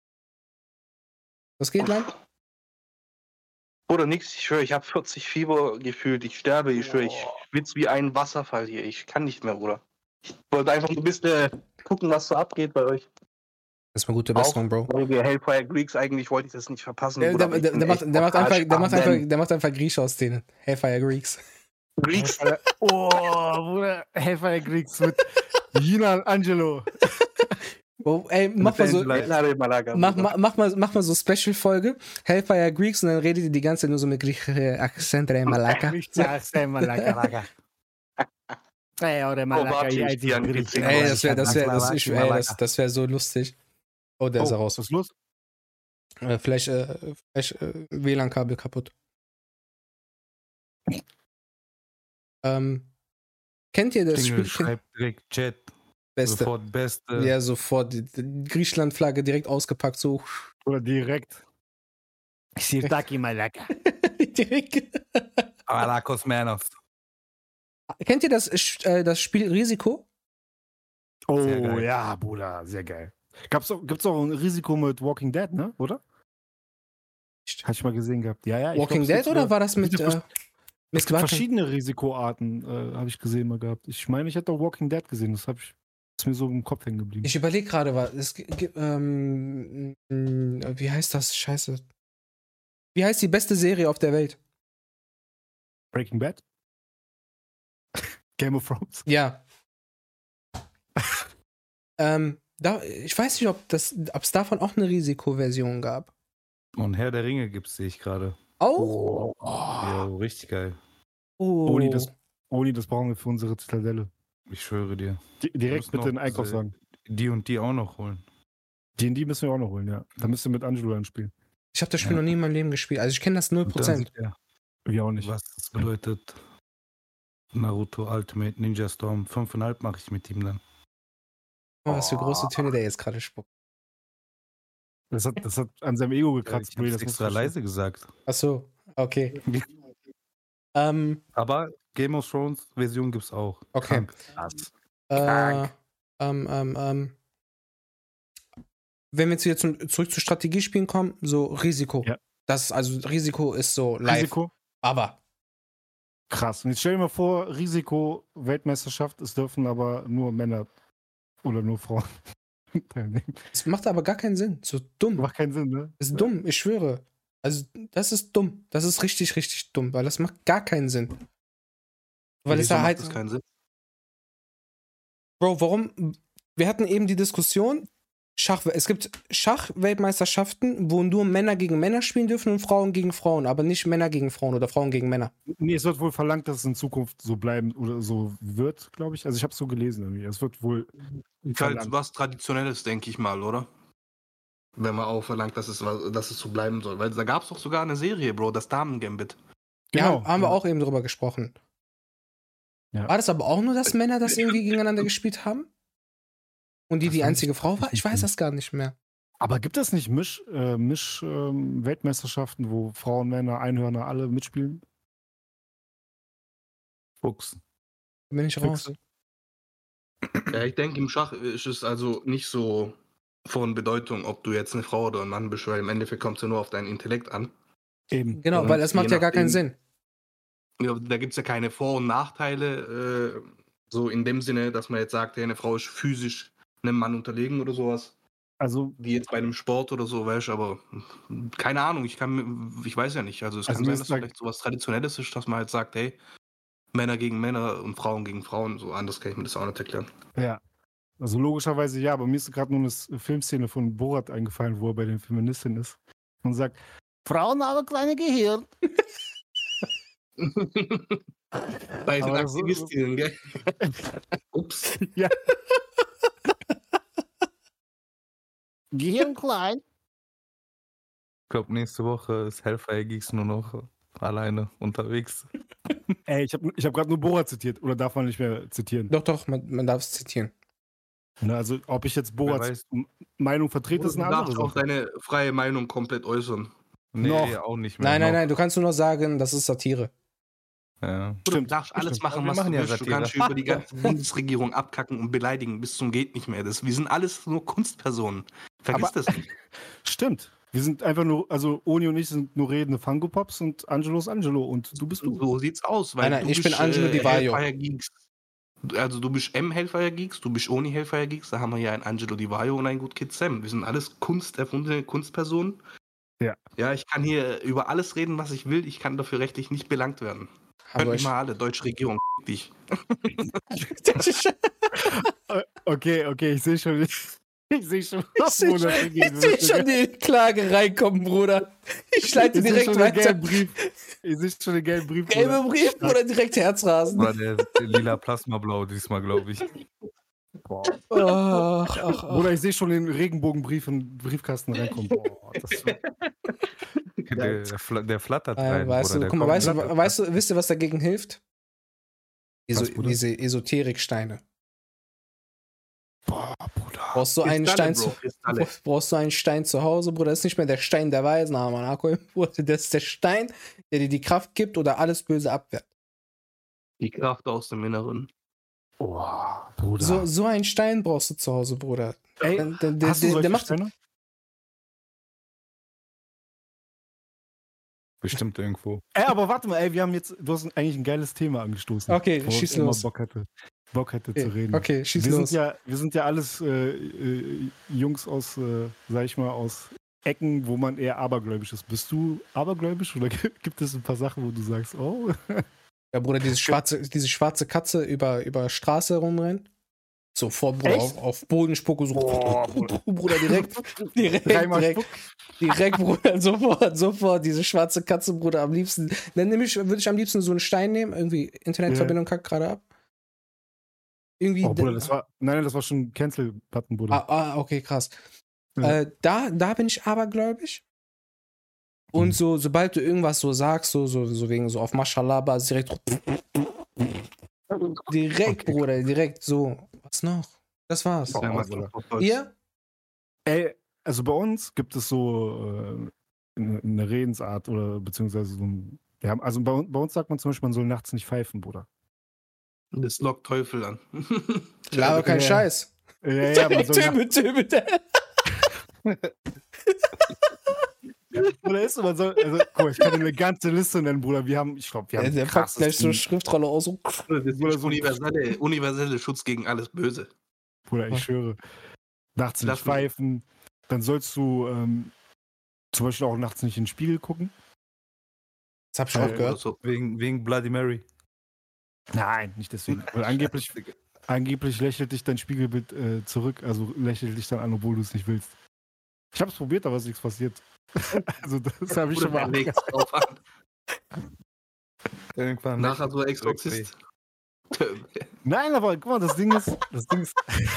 [SPEAKER 1] Was geht, Lein?
[SPEAKER 4] Oder nix, ich schwöre, ich habe vierzig Fieber gefühlt, ich sterbe, ich schwöre, ich schwitze wie ein Wasserfall hier, ich kann nicht mehr, Bruder. Ich wollte einfach ein bisschen gucken, was so abgeht bei euch.
[SPEAKER 1] Erstmal gute Besserung, Bro.
[SPEAKER 4] Folge Hellfire Greeks, eigentlich wollte ich das nicht verpassen.
[SPEAKER 1] Der,
[SPEAKER 4] Bruder,
[SPEAKER 1] der,
[SPEAKER 4] aber ich
[SPEAKER 1] der,
[SPEAKER 4] bin
[SPEAKER 1] der, macht,
[SPEAKER 4] echt
[SPEAKER 1] der, macht
[SPEAKER 4] total
[SPEAKER 1] einfach, der, macht
[SPEAKER 4] spannend.
[SPEAKER 1] einfach, der macht einfach Grieche aus denen. Hellfire Greeks.
[SPEAKER 4] Greeks?
[SPEAKER 3] Oh, Bruder, Hellfire Greeks mit Jinan Angelo.
[SPEAKER 1] Oh, ey, mach mal so.
[SPEAKER 4] Angela Malaga,
[SPEAKER 1] Mach,
[SPEAKER 4] Bruder.
[SPEAKER 1] mach, mach, mal, mach mal so Special-Folge, Hellfire Greeks, und dann redet ihr die ganze Zeit nur so mit griechischen Akzent, ey, Malaka.
[SPEAKER 3] Ey, Malaka. Ey, oder Malaka,
[SPEAKER 4] warte,
[SPEAKER 3] ja,
[SPEAKER 4] ich gehe an die Trinken.
[SPEAKER 1] Ey, das wäre das wär, das, ich, ey, das, das wär so lustig. Oh, der ist
[SPEAKER 3] Oh,
[SPEAKER 1] raus.
[SPEAKER 3] was ist los?
[SPEAKER 1] Äh, vielleicht äh, vielleicht äh, W L A N-Kabel kaputt. Ähm, kennt ihr das
[SPEAKER 2] Jingle,
[SPEAKER 1] Spiel?
[SPEAKER 2] schreibt direkt Chat.
[SPEAKER 1] Beste.
[SPEAKER 2] Sofort Beste.
[SPEAKER 1] Ja, sofort. Die, die Griechenland-Flagge direkt ausgepackt, so.
[SPEAKER 3] Oder direkt. Sirtaki Malaka.
[SPEAKER 1] direkt.
[SPEAKER 2] Alakos Manos.
[SPEAKER 1] Kennt ihr das, äh, das Spiel Risiko?
[SPEAKER 3] Oh,
[SPEAKER 2] Sehr geil.
[SPEAKER 3] ja, Bruder, sehr geil. Gab's auch, gibt's auch ein Risiko mit Walking Dead, ne? Oder? Hatte ich mal gesehen gehabt. Ja, ja. ich
[SPEAKER 1] Walking
[SPEAKER 3] glaub, es
[SPEAKER 1] Dead
[SPEAKER 3] gibt
[SPEAKER 1] oder
[SPEAKER 3] sogar-
[SPEAKER 1] war das
[SPEAKER 3] es
[SPEAKER 1] mit.
[SPEAKER 3] gibt
[SPEAKER 1] Äh,
[SPEAKER 3] vers-
[SPEAKER 1] mit
[SPEAKER 3] es gibt
[SPEAKER 1] warte,
[SPEAKER 3] verschiedene Risikoarten, äh, habe ich gesehen mal gehabt. Ich meine, ich hätte auch Walking Dead gesehen. Das hab ich, ist mir so im Kopf hängen geblieben.
[SPEAKER 1] ich überlege gerade, was. Es gibt. Ähm, mh, wie heißt das? Scheiße. Wie heißt die beste Serie auf der Welt?
[SPEAKER 3] Breaking Bad? Game of Thrones?
[SPEAKER 1] Ja. ähm, da, ich weiß nicht, ob das, ob es davon auch eine Risikoversion gab.
[SPEAKER 2] Und Herr der Ringe gibt's, sehe ich gerade.
[SPEAKER 1] Auch?
[SPEAKER 3] Oh.
[SPEAKER 2] Ja, richtig geil.
[SPEAKER 1] Oh.
[SPEAKER 3] Oli, das, Oli, das brauchen wir für unsere Zitadelle.
[SPEAKER 2] Ich schwöre dir.
[SPEAKER 3] Di- direkt
[SPEAKER 2] Muss
[SPEAKER 3] bitte
[SPEAKER 2] noch
[SPEAKER 3] in den Einkaufswagen.
[SPEAKER 2] Die und die auch noch holen.
[SPEAKER 3] D und D müssen wir auch noch holen, ja. Da müsst ihr mit Angelo anspielen.
[SPEAKER 1] Ich habe das Spiel
[SPEAKER 2] Ja.
[SPEAKER 1] noch nie in meinem Leben gespielt. Also ich kenne das null
[SPEAKER 2] Und dann
[SPEAKER 1] Prozent.
[SPEAKER 2] sieht er,
[SPEAKER 3] Wir auch nicht.
[SPEAKER 2] was das bedeutet. Naruto Ultimate Ninja Storm. Fünfeinhalb mache ich mit ihm dann.
[SPEAKER 1] Oh, was für große Töne der jetzt gerade spuckt.
[SPEAKER 3] Das hat, das hat an seinem Ego
[SPEAKER 2] Ja,
[SPEAKER 3] gekratzt,
[SPEAKER 2] ich
[SPEAKER 3] Bray,
[SPEAKER 2] habe
[SPEAKER 3] das
[SPEAKER 2] extra
[SPEAKER 3] musst du
[SPEAKER 2] leise gesagt.
[SPEAKER 1] Ach so, okay. ähm,
[SPEAKER 2] Aber Game of Thrones Version gibt's auch.
[SPEAKER 1] Okay.
[SPEAKER 2] Krank.
[SPEAKER 1] äh, ähm, ähm, ähm. Wenn wir jetzt wieder zum, zurück zu Strategiespielen kommen, so Risiko.
[SPEAKER 3] Ja.
[SPEAKER 1] Das, also Risiko ist so live.
[SPEAKER 3] Risiko?
[SPEAKER 1] Aber.
[SPEAKER 3] Krass. Und jetzt stell dir mal vor, Risiko, Weltmeisterschaft, es dürfen aber nur Männer oder nur Frauen teilnehmen.
[SPEAKER 1] Es macht aber gar keinen Sinn. So dumm.
[SPEAKER 3] Macht keinen Sinn, ne?
[SPEAKER 1] Ist dumm, ich schwöre. Also, das ist dumm. Das ist richtig, richtig dumm, weil das macht gar keinen Sinn. Weil es
[SPEAKER 4] Wieso
[SPEAKER 1] da
[SPEAKER 4] macht
[SPEAKER 1] halt.
[SPEAKER 4] das keinen Sinn?
[SPEAKER 1] Bro, warum? Wir hatten eben die Diskussion, Schach, es gibt Schachweltmeisterschaften, wo nur Männer gegen Männer spielen dürfen und Frauen gegen Frauen, aber nicht Männer gegen Frauen oder Frauen gegen Männer.
[SPEAKER 3] Nee, es wird wohl verlangt, dass es in Zukunft so bleiben oder so wird, glaube ich. Also ich habe es so gelesen irgendwie. Es wird wohl
[SPEAKER 4] Ist
[SPEAKER 3] verlangt.
[SPEAKER 4] halt was Traditionelles, denke ich mal, oder? Wenn man auch verlangt, dass es, was- dass es so bleiben soll. Weil da gab es doch sogar eine Serie, Bro, das Damen-Gambit.
[SPEAKER 1] Ja,
[SPEAKER 3] Genau,
[SPEAKER 1] haben wir
[SPEAKER 3] ja.
[SPEAKER 1] auch eben drüber gesprochen.
[SPEAKER 3] Ja.
[SPEAKER 1] War das aber auch nur, dass Männer das irgendwie gegeneinander gespielt haben? Und die
[SPEAKER 3] Das
[SPEAKER 1] die
[SPEAKER 3] weiß
[SPEAKER 1] einzige
[SPEAKER 3] ich
[SPEAKER 1] Frau war?
[SPEAKER 3] nicht
[SPEAKER 1] Ich weiß
[SPEAKER 3] mehr.
[SPEAKER 1] das gar nicht mehr.
[SPEAKER 3] Aber gibt es nicht Misch, äh, Misch ähm, Weltmeisterschaften, wo Frauen, Männer, Einhörner alle mitspielen?
[SPEAKER 2] Fuchs.
[SPEAKER 1] Da bin ich raus.
[SPEAKER 3] Füchse?
[SPEAKER 4] Ja, ich denke, im Schach ist es also nicht so von Bedeutung, ob du jetzt eine Frau oder ein Mann bist, weil im Endeffekt kommt es ja nur auf deinen Intellekt an.
[SPEAKER 3] Eben.
[SPEAKER 1] Genau,
[SPEAKER 4] Und
[SPEAKER 1] weil das macht
[SPEAKER 4] je
[SPEAKER 1] ja gar keinen
[SPEAKER 4] nachdem-
[SPEAKER 1] Sinn.
[SPEAKER 4] Ja, da gibt es ja keine Vor- und Nachteile, äh, so in dem Sinne, dass man jetzt sagt, hey, eine Frau ist physisch einem Mann unterlegen oder sowas.
[SPEAKER 3] Also,
[SPEAKER 4] Wie jetzt bei einem Sport oder so, weißt du, aber hm, keine Ahnung, ich kann, mir- ich weiß ja nicht. Also es
[SPEAKER 3] Also
[SPEAKER 4] kann
[SPEAKER 3] mir
[SPEAKER 4] sein,
[SPEAKER 3] ist
[SPEAKER 4] dass
[SPEAKER 3] da-
[SPEAKER 4] vielleicht sowas Traditionelles ist, dass man halt sagt, hey, Männer gegen Männer und Frauen gegen Frauen, so anders kann ich mir das auch nicht erklären.
[SPEAKER 3] ja. Also logischerweise ja, aber mir ist gerade nur eine S- Filmszene von Borat eingefallen, wo er bei den Feministinnen ist und sagt, Frauen haben kleine Gehirn.
[SPEAKER 4] Bei den
[SPEAKER 3] Aber das-
[SPEAKER 4] Aktivistinnen, gell? Ups.
[SPEAKER 3] Ja. Gehirn klein.
[SPEAKER 2] Ich glaube, nächste Woche ist Hellfire Geeks nur noch alleine unterwegs.
[SPEAKER 3] Ey, ich habe ich hab gerade nur Borat zitiert. Oder darf man nicht mehr zitieren?
[SPEAKER 1] Doch, doch, man, man darf es zitieren.
[SPEAKER 3] Ne, also, ob ich jetzt Borats
[SPEAKER 2] weiß.
[SPEAKER 3] M- Meinung vertrete, ist
[SPEAKER 4] Du
[SPEAKER 3] eine
[SPEAKER 4] darfst
[SPEAKER 3] andere
[SPEAKER 4] auch
[SPEAKER 3] Sache.
[SPEAKER 4] deine freie Meinung komplett äußern.
[SPEAKER 2] Nee,
[SPEAKER 3] Noch.
[SPEAKER 2] auch nicht mehr.
[SPEAKER 1] Nein, nein,
[SPEAKER 2] noch.
[SPEAKER 1] nein, du kannst nur noch sagen, das ist Satire.
[SPEAKER 2] Ja.
[SPEAKER 5] Du darfst alles
[SPEAKER 2] Stimmt.
[SPEAKER 5] machen,
[SPEAKER 2] Wir
[SPEAKER 5] was
[SPEAKER 2] machen
[SPEAKER 5] du
[SPEAKER 2] ja
[SPEAKER 5] willst. Du
[SPEAKER 2] Satire.
[SPEAKER 5] kannst über die ganze Bundesregierung abkacken und beleidigen bis zum geht nicht mehr. Das, wir sind alles nur Kunstpersonen. Vergiss
[SPEAKER 3] Aber-
[SPEAKER 5] das nicht.
[SPEAKER 3] Stimmt. Wir sind einfach nur, also Oni und ich sind nur redende Funko Pops und Angelo ist Angelo und du bist du.
[SPEAKER 5] So sieht's aus. Weil
[SPEAKER 1] Nein, nein,
[SPEAKER 5] du
[SPEAKER 1] ich
[SPEAKER 5] bist,
[SPEAKER 1] bin Angelo Di Vaio.
[SPEAKER 5] Hellfire Geeks. Also du bist M Hellfire Geeks, du bist Oni Hellfire Geeks, da haben wir ja einen Angelo Di Vaio und einen Good Kid Sam. Wir sind alles kunsterfundene Kunstpersonen.
[SPEAKER 3] Ja.
[SPEAKER 5] Ja, ich kann hier über alles reden, was ich will. Ich kann dafür rechtlich nicht belangt werden. Hört
[SPEAKER 1] Aber
[SPEAKER 5] mich
[SPEAKER 1] ich,
[SPEAKER 5] mal alle, deutsche Regierung, dich.
[SPEAKER 3] Äh, Okay, okay, ich sehe schon, ich sehe schon,
[SPEAKER 1] ich sehe schon, ich seh schon die Klage reinkommen, Bruder. Ich leite
[SPEAKER 3] Ich sehe
[SPEAKER 1] direkt
[SPEAKER 3] schon den
[SPEAKER 1] weiter.
[SPEAKER 3] gelben Brief. Ich sehe schon den gelben Brief.
[SPEAKER 1] Gelbe
[SPEAKER 3] Bruder.
[SPEAKER 1] Brief oder direkt Herzrasen.
[SPEAKER 2] War der, der lila Plasmablau diesmal, glaube ich.
[SPEAKER 3] Boah.
[SPEAKER 1] Ach, ach, ach.
[SPEAKER 3] Bruder, ich sehe schon den Regenbogenbrief in den Briefkasten reinkommen. Boah, das ist so.
[SPEAKER 2] Der, der, fla- der flattert
[SPEAKER 1] Äh,
[SPEAKER 2] rein,
[SPEAKER 1] weißt
[SPEAKER 2] Bruder.
[SPEAKER 1] du,
[SPEAKER 2] Der
[SPEAKER 1] guck mal,
[SPEAKER 2] kommt
[SPEAKER 1] weißt du,
[SPEAKER 2] flattert.
[SPEAKER 1] weißt du, wisst ihr, was dagegen hilft? Eso,
[SPEAKER 3] Was, Bruder?
[SPEAKER 1] diese Esoteriksteine.
[SPEAKER 3] Boah, Bruder.
[SPEAKER 1] Brauchst du einen
[SPEAKER 5] Kristalle,
[SPEAKER 1] Stein
[SPEAKER 5] Bro,
[SPEAKER 1] zu,
[SPEAKER 5] Kristalle.
[SPEAKER 1] brauchst du einen Stein zu Hause, Bruder? Das ist nicht mehr der Stein der Weisen, aber Marco, Bruder, das ist der Stein, der dir die Kraft gibt oder alles Böse abwehrt.
[SPEAKER 5] Die Kraft aus dem Inneren.
[SPEAKER 3] Boah, Bruder.
[SPEAKER 1] So, so einen Stein brauchst du zu Hause, Bruder.
[SPEAKER 3] Ey,
[SPEAKER 1] Der, der, der,
[SPEAKER 3] hast du
[SPEAKER 1] der,
[SPEAKER 3] solche
[SPEAKER 1] der macht
[SPEAKER 3] Steine?
[SPEAKER 2] Bestimmt irgendwo.
[SPEAKER 3] Ey, aber warte mal, ey, wir haben jetzt, du hast eigentlich ein geiles Thema angestoßen.
[SPEAKER 1] Okay,
[SPEAKER 3] worauf
[SPEAKER 1] schieß
[SPEAKER 3] ich immer
[SPEAKER 1] los.
[SPEAKER 3] Bock hatte, Bock hatte zu
[SPEAKER 1] Okay,
[SPEAKER 3] reden.
[SPEAKER 1] okay, schieß
[SPEAKER 3] wir
[SPEAKER 1] los.
[SPEAKER 3] Sind ja, wir sind ja alles äh, äh, Jungs aus, äh, sag ich mal, aus Ecken, wo man eher abergläubisch ist. Bist du abergläubisch oder gibt es ein paar Sachen, wo du sagst, oh?
[SPEAKER 1] Ja, Bruder, diese schwarze, diese schwarze Katze über, über Straße rumrennt. Sofort, Bruder,
[SPEAKER 3] Echt?
[SPEAKER 1] auf, auf Boden spucke, so.
[SPEAKER 3] Boah,
[SPEAKER 1] Bruder, direkt, direkt,
[SPEAKER 3] Dreimal
[SPEAKER 1] direkt,
[SPEAKER 3] Spuck.
[SPEAKER 1] direkt, Bruder, sofort, sofort, diese schwarze Katze, Bruder, am liebsten. Dann nehm ich, würde ich am liebsten so einen Stein nehmen, irgendwie Internetverbindung kackt gerade ab. Irgendwie.
[SPEAKER 3] Oh, Bruder, das war, nein, nein, das war schon Cancel-Button, Bruder.
[SPEAKER 1] ah, ah, okay, krass.
[SPEAKER 3] Ja.
[SPEAKER 1] Äh, da, da bin ich abergläubisch. Und
[SPEAKER 3] Mhm.
[SPEAKER 1] so, sobald du irgendwas so sagst, so, so, so wegen so auf Mashallah, Basis, direkt. Direkt,
[SPEAKER 3] Okay.
[SPEAKER 1] Bruder, direkt so. Was noch? Das war's.
[SPEAKER 3] Oh,
[SPEAKER 5] Ja, mal
[SPEAKER 3] Bruder.
[SPEAKER 5] auf Deutsch.
[SPEAKER 1] Ihr?
[SPEAKER 3] Ey, also bei uns gibt es so äh, eine, eine Redensart oder beziehungsweise so ein. Wir haben, also bei, uns- bei uns sagt man zum Beispiel, man soll nachts nicht pfeifen, Bruder.
[SPEAKER 5] Das lockt Teufel an.
[SPEAKER 1] Laber kein
[SPEAKER 3] Ja.
[SPEAKER 1] Scheiß.
[SPEAKER 3] Ja, ja, man soll nachts,
[SPEAKER 1] Töbe, töbe.
[SPEAKER 3] oder ist so, man soll, also, guck mal, ich kann dir eine ganze Liste nennen, Bruder. Wir haben, ich glaube, wir
[SPEAKER 1] Der,
[SPEAKER 3] haben
[SPEAKER 1] der packt gleich so eine
[SPEAKER 3] krassesten-
[SPEAKER 1] Schriftrolle aus. So.
[SPEAKER 5] Das
[SPEAKER 3] Oder
[SPEAKER 5] ist
[SPEAKER 3] so-
[SPEAKER 5] universelle, universelle Schutz gegen alles Böse.
[SPEAKER 3] Bruder, ich schwöre. Nachts nicht
[SPEAKER 5] Lass mich.
[SPEAKER 3] pfeifen. Dann sollst du ähm, zum Beispiel auch nachts nicht in den Spiegel gucken.
[SPEAKER 1] Das hab ich auch
[SPEAKER 3] Äh,
[SPEAKER 5] Oder
[SPEAKER 1] gehört.
[SPEAKER 5] so.
[SPEAKER 2] Wegen, wegen Bloody Mary.
[SPEAKER 3] Nein, nicht deswegen. Weil angeblich, angeblich lächelt dich dein Spiegelbild äh, zurück, also lächelt dich dann an, obwohl du es nicht willst. Ich habe es probiert, aber es ist nichts passiert. Also das habe ich schon mal.
[SPEAKER 5] Bruder, legt's drauf an.
[SPEAKER 2] Irgendwann.
[SPEAKER 5] Nachher so Exorzist.
[SPEAKER 3] Nein, aber guck mal, das Ding ist, das Ding ist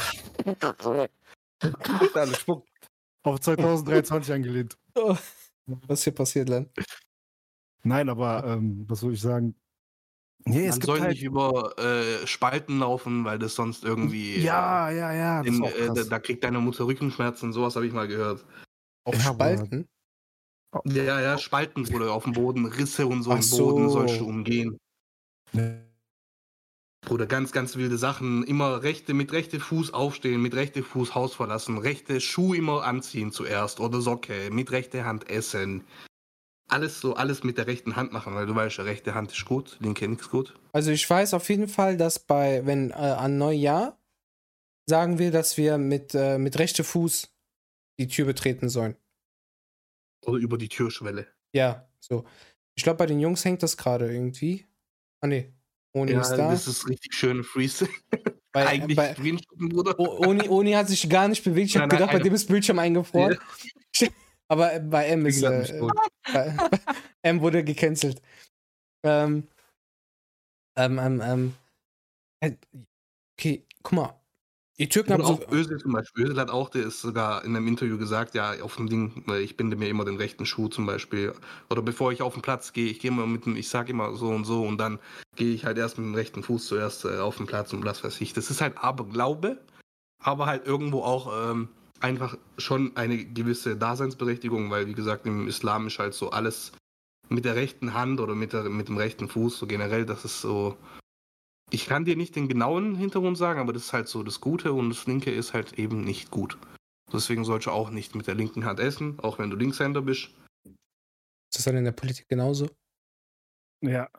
[SPEAKER 2] Alles spuckt.
[SPEAKER 3] auf zwanzig dreiundzwanzig angelehnt.
[SPEAKER 1] Oh, was hier passiert, Len?
[SPEAKER 3] Nein, aber ähm, was soll ich sagen? Nee, es
[SPEAKER 5] Man
[SPEAKER 3] gibt
[SPEAKER 5] soll
[SPEAKER 3] halt,
[SPEAKER 5] nicht über äh, Spalten laufen, weil das sonst irgendwie.
[SPEAKER 3] ja, ja, ja.
[SPEAKER 5] äh,
[SPEAKER 3] Das
[SPEAKER 5] in,
[SPEAKER 3] ist auch
[SPEAKER 5] äh, da,
[SPEAKER 3] krass.
[SPEAKER 5] da kriegt deine Mutter Rückenschmerzen, sowas habe ich mal gehört.
[SPEAKER 1] Auf
[SPEAKER 3] Ja, Bruder.
[SPEAKER 1] Spalten?
[SPEAKER 5] Ja, ja, Spalten, Bruder, auf dem Boden, Risse und so
[SPEAKER 1] Ach
[SPEAKER 5] im Boden
[SPEAKER 1] so.
[SPEAKER 5] sollst du umgehen.
[SPEAKER 3] Nee.
[SPEAKER 5] Bruder, ganz, ganz wilde Sachen. Immer rechte, mit rechte Fuß aufstehen, mit rechte Fuß Haus verlassen, rechte Schuh immer anziehen zuerst oder Socke, mit rechte Hand essen. Alles so, alles mit der rechten Hand machen, weil du weißt ja, rechte Hand ist gut, linke nichts gut.
[SPEAKER 1] Also ich weiß auf jeden Fall, dass bei, wenn äh, an Neujahr sagen wir, dass wir mit, äh, mit rechte Fuß die Tür betreten sollen.
[SPEAKER 5] Oder über die Türschwelle.
[SPEAKER 1] Ja, so. Ich glaube, bei den Jungs hängt das gerade irgendwie. Ah, nee. Oni
[SPEAKER 5] Ja,
[SPEAKER 1] ist da.
[SPEAKER 5] das ist richtig schön Freestyle.
[SPEAKER 1] Bei,
[SPEAKER 5] Eigentlich
[SPEAKER 1] bei,
[SPEAKER 5] Screenshotten, Bruder.
[SPEAKER 1] O- Oni, Oni hat sich gar nicht bewegt. Ich habe
[SPEAKER 5] Nein, nein,
[SPEAKER 1] gedacht, bei
[SPEAKER 5] eine-
[SPEAKER 1] dem ist Bildschirm eingefroren. Aber bei M ist.
[SPEAKER 2] Pingel hat
[SPEAKER 1] Äh,
[SPEAKER 2] mich tot.
[SPEAKER 1] bei, bei M wurde gecancelt. Ähm. Ähm, ähm, ähm. äh, Okay, guck mal. Die Türken haben
[SPEAKER 5] Und
[SPEAKER 1] so.
[SPEAKER 5] auch Özil zum Beispiel. Özil hat auch, der ist sogar in einem Interview gesagt, ja, auf dem Ding, weil ich binde mir immer den rechten Schuh zum Beispiel. Oder bevor ich auf den Platz gehe, ich gehe immer mit dem, ich sag immer so und so und dann gehe ich halt erst mit dem rechten Fuß zuerst äh, auf den Platz und was weiß ich. Das ist halt Aberglaube, aber halt irgendwo auch ähm, einfach schon eine gewisse Daseinsberechtigung, weil wie gesagt, im Islam ist halt so alles mit der rechten Hand oder mit, der, mit dem rechten Fuß, so generell, das ist so. Ich kann dir nicht den genauen Hintergrund sagen, aber das ist halt so das Gute und das Linke ist halt eben nicht gut. Deswegen sollst du auch nicht mit der linken Hand essen, auch wenn du Linkshänder bist.
[SPEAKER 1] Ist das dann in der Politik genauso?
[SPEAKER 3] Ja.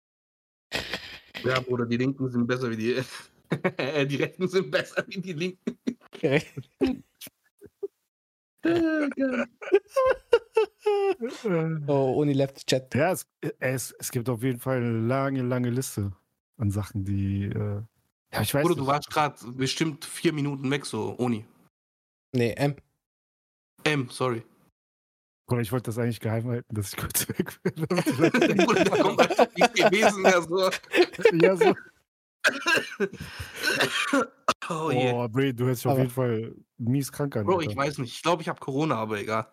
[SPEAKER 5] Ja, Bruder, die Linken sind besser wie die. Die Rechten sind besser wie die Linken.
[SPEAKER 1] Okay. Oh, Uni left Chat.
[SPEAKER 3] Ja, es, es, es gibt auf jeden Fall eine lange, lange Liste an Sachen, die. Äh, ja, ich weiß
[SPEAKER 5] Bruder,
[SPEAKER 3] nicht.
[SPEAKER 5] du warst gerade bestimmt vier Minuten weg, so, Oni.
[SPEAKER 1] Nee, M.
[SPEAKER 5] M, sorry.
[SPEAKER 3] Bruder, ich wollte das eigentlich geheim halten, dass ich kurz weg bin.
[SPEAKER 5] Bruder, da kommt einfach nichts gewesen, ja, so.
[SPEAKER 3] Ja, so.
[SPEAKER 5] Oh, je.
[SPEAKER 3] Oh, Bray, du hörst dich auf
[SPEAKER 1] Aber-
[SPEAKER 3] jeden Fall mies krank an.
[SPEAKER 5] Bro,
[SPEAKER 3] Alter.
[SPEAKER 5] ich weiß nicht. Ich glaube, ich habe Corona, aber egal.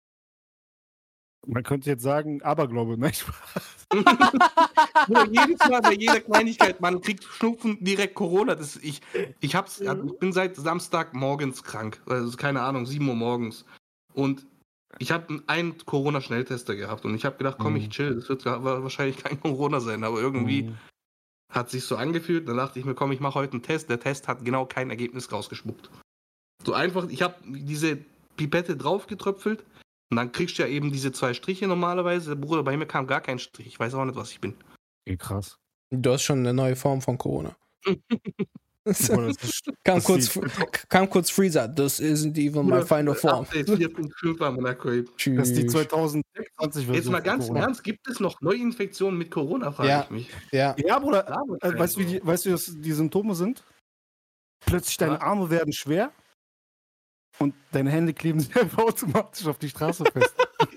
[SPEAKER 3] Man könnte jetzt sagen, Aberglaube, nein, Spaß.
[SPEAKER 5] Bruder, jedes Mal bei jeder Kleinigkeit, man kriegt Schnupfen, direkt Corona. Das, ich, ich, hab's, ich bin seit Samstag morgens krank. Also, keine Ahnung, sieben Uhr morgens. Und ich habe einen Corona-Schnelltester gehabt und ich habe gedacht, komm,
[SPEAKER 3] Mhm.
[SPEAKER 5] ich chill. Das wird wahrscheinlich kein Corona sein, aber irgendwie
[SPEAKER 3] Mhm.
[SPEAKER 5] hat sich so angefühlt. Dann dachte ich mir, komm, ich mache heute einen Test. Der Test hat genau kein Ergebnis rausgespuckt. So einfach, ich habe diese Pipette draufgetröpfelt und dann kriegst du ja eben diese zwei Striche normalerweise. Bruder, bei mir kam gar kein Strich. Ich weiß auch nicht, was ich bin.
[SPEAKER 3] Okay, krass.
[SPEAKER 1] Du hast schon eine neue Form von Corona.
[SPEAKER 3] Bruder, das ist,
[SPEAKER 1] kam,
[SPEAKER 3] das
[SPEAKER 1] kurz,
[SPEAKER 3] sieht-
[SPEAKER 1] kam kurz Freezer. This isn't even my final form.
[SPEAKER 5] Update vier Punkt fünf am Monaco.
[SPEAKER 3] das ist die
[SPEAKER 1] Tschüss.
[SPEAKER 3] zwanzig zwanzig
[SPEAKER 5] Jetzt mal ganz im
[SPEAKER 3] Corona.
[SPEAKER 5] Ernst, gibt es noch Neuinfektionen mit Corona, frage
[SPEAKER 1] Ja.
[SPEAKER 5] ich mich.
[SPEAKER 1] Ja,
[SPEAKER 3] Ja, Bruder,
[SPEAKER 5] Ja,
[SPEAKER 3] äh, weißt du, wie die, weißt du, was die Symptome sind? Plötzlich deine
[SPEAKER 5] Was?
[SPEAKER 3] Arme werden schwer und deine Hände kleben sich einfach automatisch auf die Straße fest.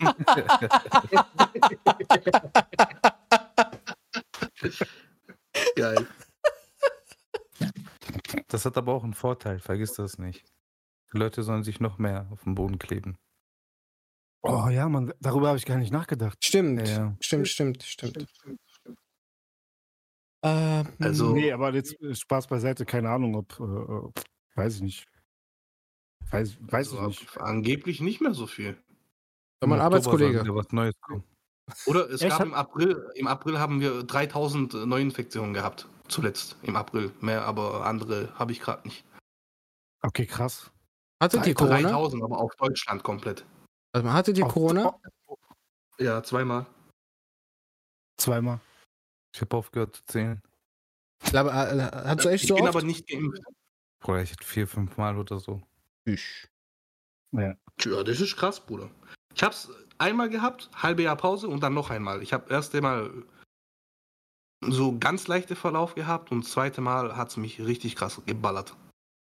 [SPEAKER 5] Geil.
[SPEAKER 2] Das hat aber auch einen Vorteil, vergiss das nicht. Die Leute sollen sich noch mehr auf den Boden kleben.
[SPEAKER 3] Oh ja, Mann, darüber habe ich gar nicht nachgedacht.
[SPEAKER 1] stimmt.
[SPEAKER 2] Ja, ja.
[SPEAKER 1] Stimmt, stimmt, stimmt. Ähm,
[SPEAKER 5] Also-
[SPEAKER 3] Nee, aber jetzt äh, Spaß beiseite, keine Ahnung, ob, äh, ob weiß ich nicht. Weiß, weiß
[SPEAKER 5] Also,
[SPEAKER 3] ich nicht.
[SPEAKER 5] angeblich nicht mehr so viel.
[SPEAKER 1] Wenn man
[SPEAKER 2] Im Oktober
[SPEAKER 1] Arbeitskollege.
[SPEAKER 2] soll wieder was Neues kommen.
[SPEAKER 5] Oder es
[SPEAKER 3] Echt?
[SPEAKER 5] gab im April, im April haben wir dreitausend Neuinfektionen gehabt. Zuletzt im April. Mehr, aber andere habe ich gerade nicht.
[SPEAKER 3] Okay, krass.
[SPEAKER 1] Hattet ihr Corona?
[SPEAKER 5] dreitausend, aber auf Deutschland komplett.
[SPEAKER 1] Also, hattet ihr
[SPEAKER 3] Auf-
[SPEAKER 1] Corona?
[SPEAKER 3] oh,
[SPEAKER 5] Ja, zweimal.
[SPEAKER 3] Zweimal.
[SPEAKER 2] Ich habe aufgehört zu zählen.
[SPEAKER 1] Aber, äh, hast du echt
[SPEAKER 5] ich
[SPEAKER 1] so
[SPEAKER 5] bin
[SPEAKER 1] oft?
[SPEAKER 5] aber nicht geimpft.
[SPEAKER 2] Bruder, ich hatte vier, fünf Mal oder so.
[SPEAKER 1] Ich.
[SPEAKER 3] Ja.
[SPEAKER 5] Ja, das ist krass, Bruder. Ich hab's einmal gehabt, halbe Jahr Pause und dann noch einmal. Ich habe erst einmal so ganz leichte Verlauf gehabt und das zweite Mal hat's mich richtig krass geballert.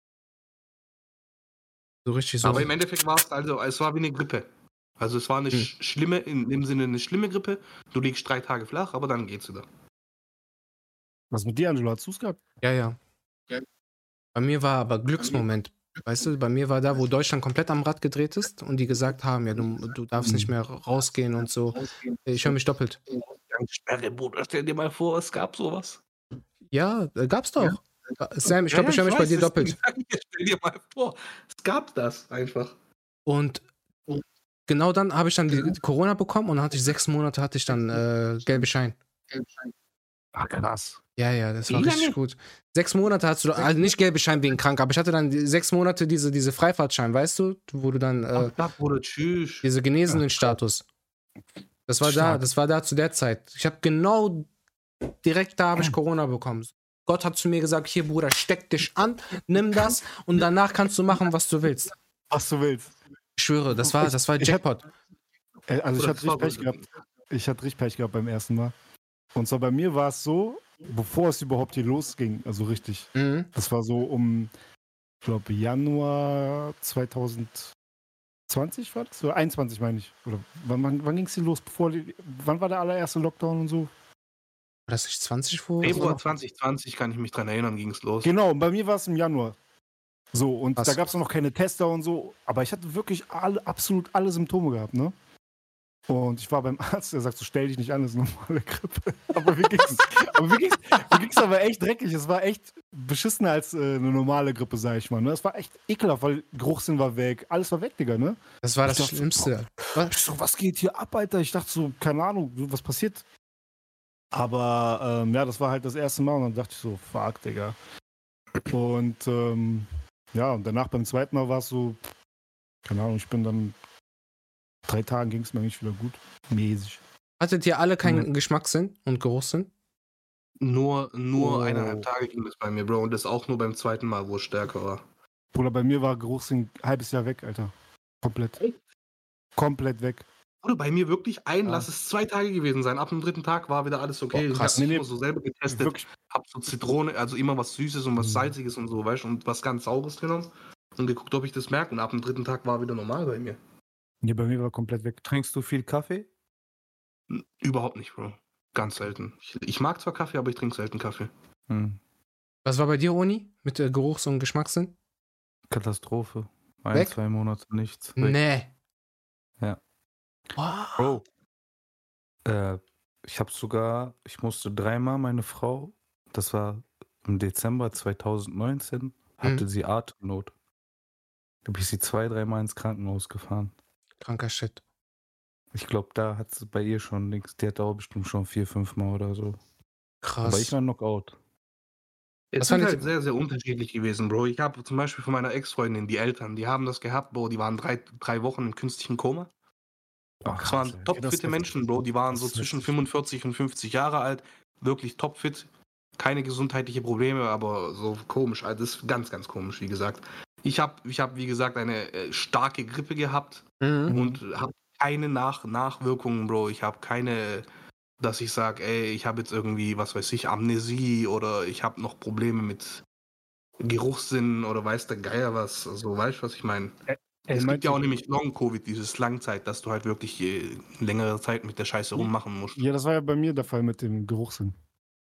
[SPEAKER 1] So richtig so.
[SPEAKER 5] Aber im Endeffekt war es also, es war wie eine Grippe. Also es war eine
[SPEAKER 1] Hm.
[SPEAKER 5] sch schlimme, in dem Sinne eine schlimme Grippe. Du liegst drei Tage flach, aber dann geht's wieder.
[SPEAKER 3] Was mit dir, Angelo? Hast du es gehabt?
[SPEAKER 1] Ja, ja.
[SPEAKER 5] Ja.
[SPEAKER 1] Bei mir war aber Glücksmoment. Weißt du, bei mir war da, wo Deutschland komplett am Rad gedreht ist und die gesagt haben, ja, du, du darfst nicht mehr rausgehen und so. Ich höre mich doppelt.
[SPEAKER 5] Sperre, Bruder, stell dir mal vor, es gab sowas.
[SPEAKER 1] Ja, äh, gab's doch. Sam, ich glaube, ich höre mich bei dir doppelt.
[SPEAKER 5] Stell dir mal vor, es gab das einfach.
[SPEAKER 1] Und genau dann habe ich dann die Corona bekommen und dann hatte ich sechs Monate hatte ich dann äh, gelbe Schein.
[SPEAKER 3] Ach, krass.
[SPEAKER 1] Ja, ja, das war
[SPEAKER 5] Wie
[SPEAKER 1] richtig
[SPEAKER 5] lange?
[SPEAKER 1] gut. Sechs Monate hast du, also nicht gelbe Schein wegen krank, aber ich hatte dann die sechs Monate diese, diese Freifahrtschein, weißt du, wo du dann äh,
[SPEAKER 5] Ach, da, Bruder, tschüss.
[SPEAKER 1] diese genesenen Status. Das war da,
[SPEAKER 3] Stark.
[SPEAKER 1] das war da zu der Zeit. Ich habe genau direkt da habe ich Corona bekommen. Gott hat zu mir gesagt, hier Bruder, steck dich an, nimm das und danach kannst du machen, was du willst.
[SPEAKER 3] Was du willst.
[SPEAKER 1] Ich schwöre, das war, das war
[SPEAKER 3] Ich-
[SPEAKER 1] Jackpot.
[SPEAKER 3] Äh, Also ich
[SPEAKER 5] Oder
[SPEAKER 3] hatte richtig Pech gehabt. Ich hatte richtig Pech gehabt beim ersten Mal. Und zwar bei mir war es so, bevor es überhaupt hier losging, also richtig.
[SPEAKER 1] Mhm.
[SPEAKER 3] Das war so um, ich glaube, Januar zwanzig zwanzig war das? Oder einundzwanzig meine ich. Oder wann, wann, wann ging es hier los? Bevor die, wann war der allererste Lockdown und so?
[SPEAKER 1] War das nicht zwanzig vor?
[SPEAKER 5] Februar zwanzig zwanzig, kann ich mich dran erinnern, ging es los.
[SPEAKER 3] Genau, und bei mir war es im Januar. So, und
[SPEAKER 1] Krass.
[SPEAKER 3] da gab es noch keine Tester und so. Aber ich hatte wirklich alle, absolut alle Symptome gehabt, ne? Und ich war beim Arzt, der sagt so, stell dich nicht an, das ist eine normale Grippe. Aber mir ging's, aber mir ging's, mir ging's aber echt dreckig. Es war echt beschissener als äh, eine normale Grippe, sag ich mal. Ne? Es war echt ekelhaft, weil Geruchssinn war weg. Alles war weg, Digga, ne?
[SPEAKER 1] Das war
[SPEAKER 3] Ich
[SPEAKER 1] das
[SPEAKER 3] dachte,
[SPEAKER 1] Schlimmste.
[SPEAKER 3] Ich so, was geht hier ab, Alter? Ich dachte so, keine Ahnung, was passiert? Aber ähm, ja, das war halt das erste Mal und dann dachte ich so, fuck, Digga. Und ähm, ja, und danach beim zweiten Mal war es so, keine Ahnung, ich bin dann, drei Tagen ging es mir eigentlich wieder gut, mäßig.
[SPEAKER 1] Hattet ihr alle keinen
[SPEAKER 5] Mhm.
[SPEAKER 1] Geschmackssinn und Geruchssinn?
[SPEAKER 5] Nur, nur
[SPEAKER 1] Oh.
[SPEAKER 5] eineinhalb Tage ging das bei mir, Bro. Und das auch nur beim zweiten Mal, wo es stärker war.
[SPEAKER 3] Bruder, bei mir war Geruchssinn ein halbes Jahr weg, Alter. Komplett.
[SPEAKER 5] Echt?
[SPEAKER 3] Komplett weg.
[SPEAKER 5] Oder bei mir wirklich ein,
[SPEAKER 3] Ja.
[SPEAKER 5] lass es zwei Tage gewesen sein. Ab dem dritten Tag war wieder alles okay.
[SPEAKER 1] Boah, krass.
[SPEAKER 5] Ich habe
[SPEAKER 3] Nee, nee,
[SPEAKER 5] immer so selber getestet.
[SPEAKER 3] Wirklich.
[SPEAKER 5] Hab so Zitrone, also immer was Süßes und was
[SPEAKER 3] Mhm.
[SPEAKER 5] Salziges und so, weißt du, und was ganz Saures genommen und geguckt, ob ich das merke. Und ab dem dritten Tag war wieder normal bei mir.
[SPEAKER 3] Nee, bei mir war komplett weg.
[SPEAKER 2] Trinkst du viel Kaffee?
[SPEAKER 5] N- Überhaupt nicht, Bro. Ganz selten. Ich, ich mag zwar Kaffee, aber ich trinke selten Kaffee.
[SPEAKER 2] Hm.
[SPEAKER 1] Was war bei dir, Oni? Mit äh, Geruchs- und Geschmackssinn?
[SPEAKER 2] Katastrophe. Ein,
[SPEAKER 1] Weg?
[SPEAKER 2] zwei Monate nichts. Weg.
[SPEAKER 1] Nee.
[SPEAKER 2] Ja.
[SPEAKER 1] Wow.
[SPEAKER 2] Bro. Äh, ich habe sogar, ich musste dreimal meine Frau, das war im Dezember zwanzig neunzehn, hatte
[SPEAKER 1] Mhm.
[SPEAKER 2] sie Atemnot. Da habe ich sie zwei, dreimal ins Krankenhaus gefahren.
[SPEAKER 1] Kranker Shit.
[SPEAKER 2] Ich glaube, da hat sie bei ihr schon nichts. Die hat auch bestimmt schon vier, fünf Mal oder so.
[SPEAKER 1] Krass.
[SPEAKER 2] Aber ich war Knockout.
[SPEAKER 5] Es
[SPEAKER 1] Was
[SPEAKER 5] sind
[SPEAKER 1] fandet
[SPEAKER 5] halt
[SPEAKER 1] ihr-
[SPEAKER 5] sehr, sehr unterschiedlich gewesen, Bro. Ich habe zum Beispiel von meiner Ex-Freundin, die Eltern, die haben das gehabt, Bro. Die waren drei, drei Wochen im künstlichen Koma.
[SPEAKER 3] Boah,
[SPEAKER 5] Das
[SPEAKER 3] krass,
[SPEAKER 5] waren
[SPEAKER 3] ey. Okay, das
[SPEAKER 5] topfitte
[SPEAKER 3] ist heftig.
[SPEAKER 5] Menschen, Bro. Die waren
[SPEAKER 3] Das
[SPEAKER 5] so
[SPEAKER 3] ist
[SPEAKER 5] zwischen
[SPEAKER 3] heftig.
[SPEAKER 5] fünfundvierzig und fünfzig Jahre alt. Wirklich topfit. Keine gesundheitliche Probleme, aber so komisch. Also das ist ganz, ganz komisch, wie gesagt. Ich habe, ich hab, wie gesagt, eine äh, starke Grippe gehabt
[SPEAKER 1] Mhm.
[SPEAKER 5] und habe keine Nach Nachwirkungen, Bro. Ich habe keine, dass ich sage, ey, ich habe jetzt irgendwie, was weiß ich, Amnesie oder ich habe noch Probleme mit Geruchssinn oder weiß der Geier was. Also, weißt du, was ich meine?
[SPEAKER 3] Ey,
[SPEAKER 5] Es gibt
[SPEAKER 3] meinst
[SPEAKER 5] ja
[SPEAKER 3] du-
[SPEAKER 5] auch nämlich Long-Covid, dieses Langzeit, dass du halt wirklich äh, längere Zeit mit der Scheiße rummachen musst.
[SPEAKER 3] Ja, das war ja bei mir der Fall mit dem Geruchssinn.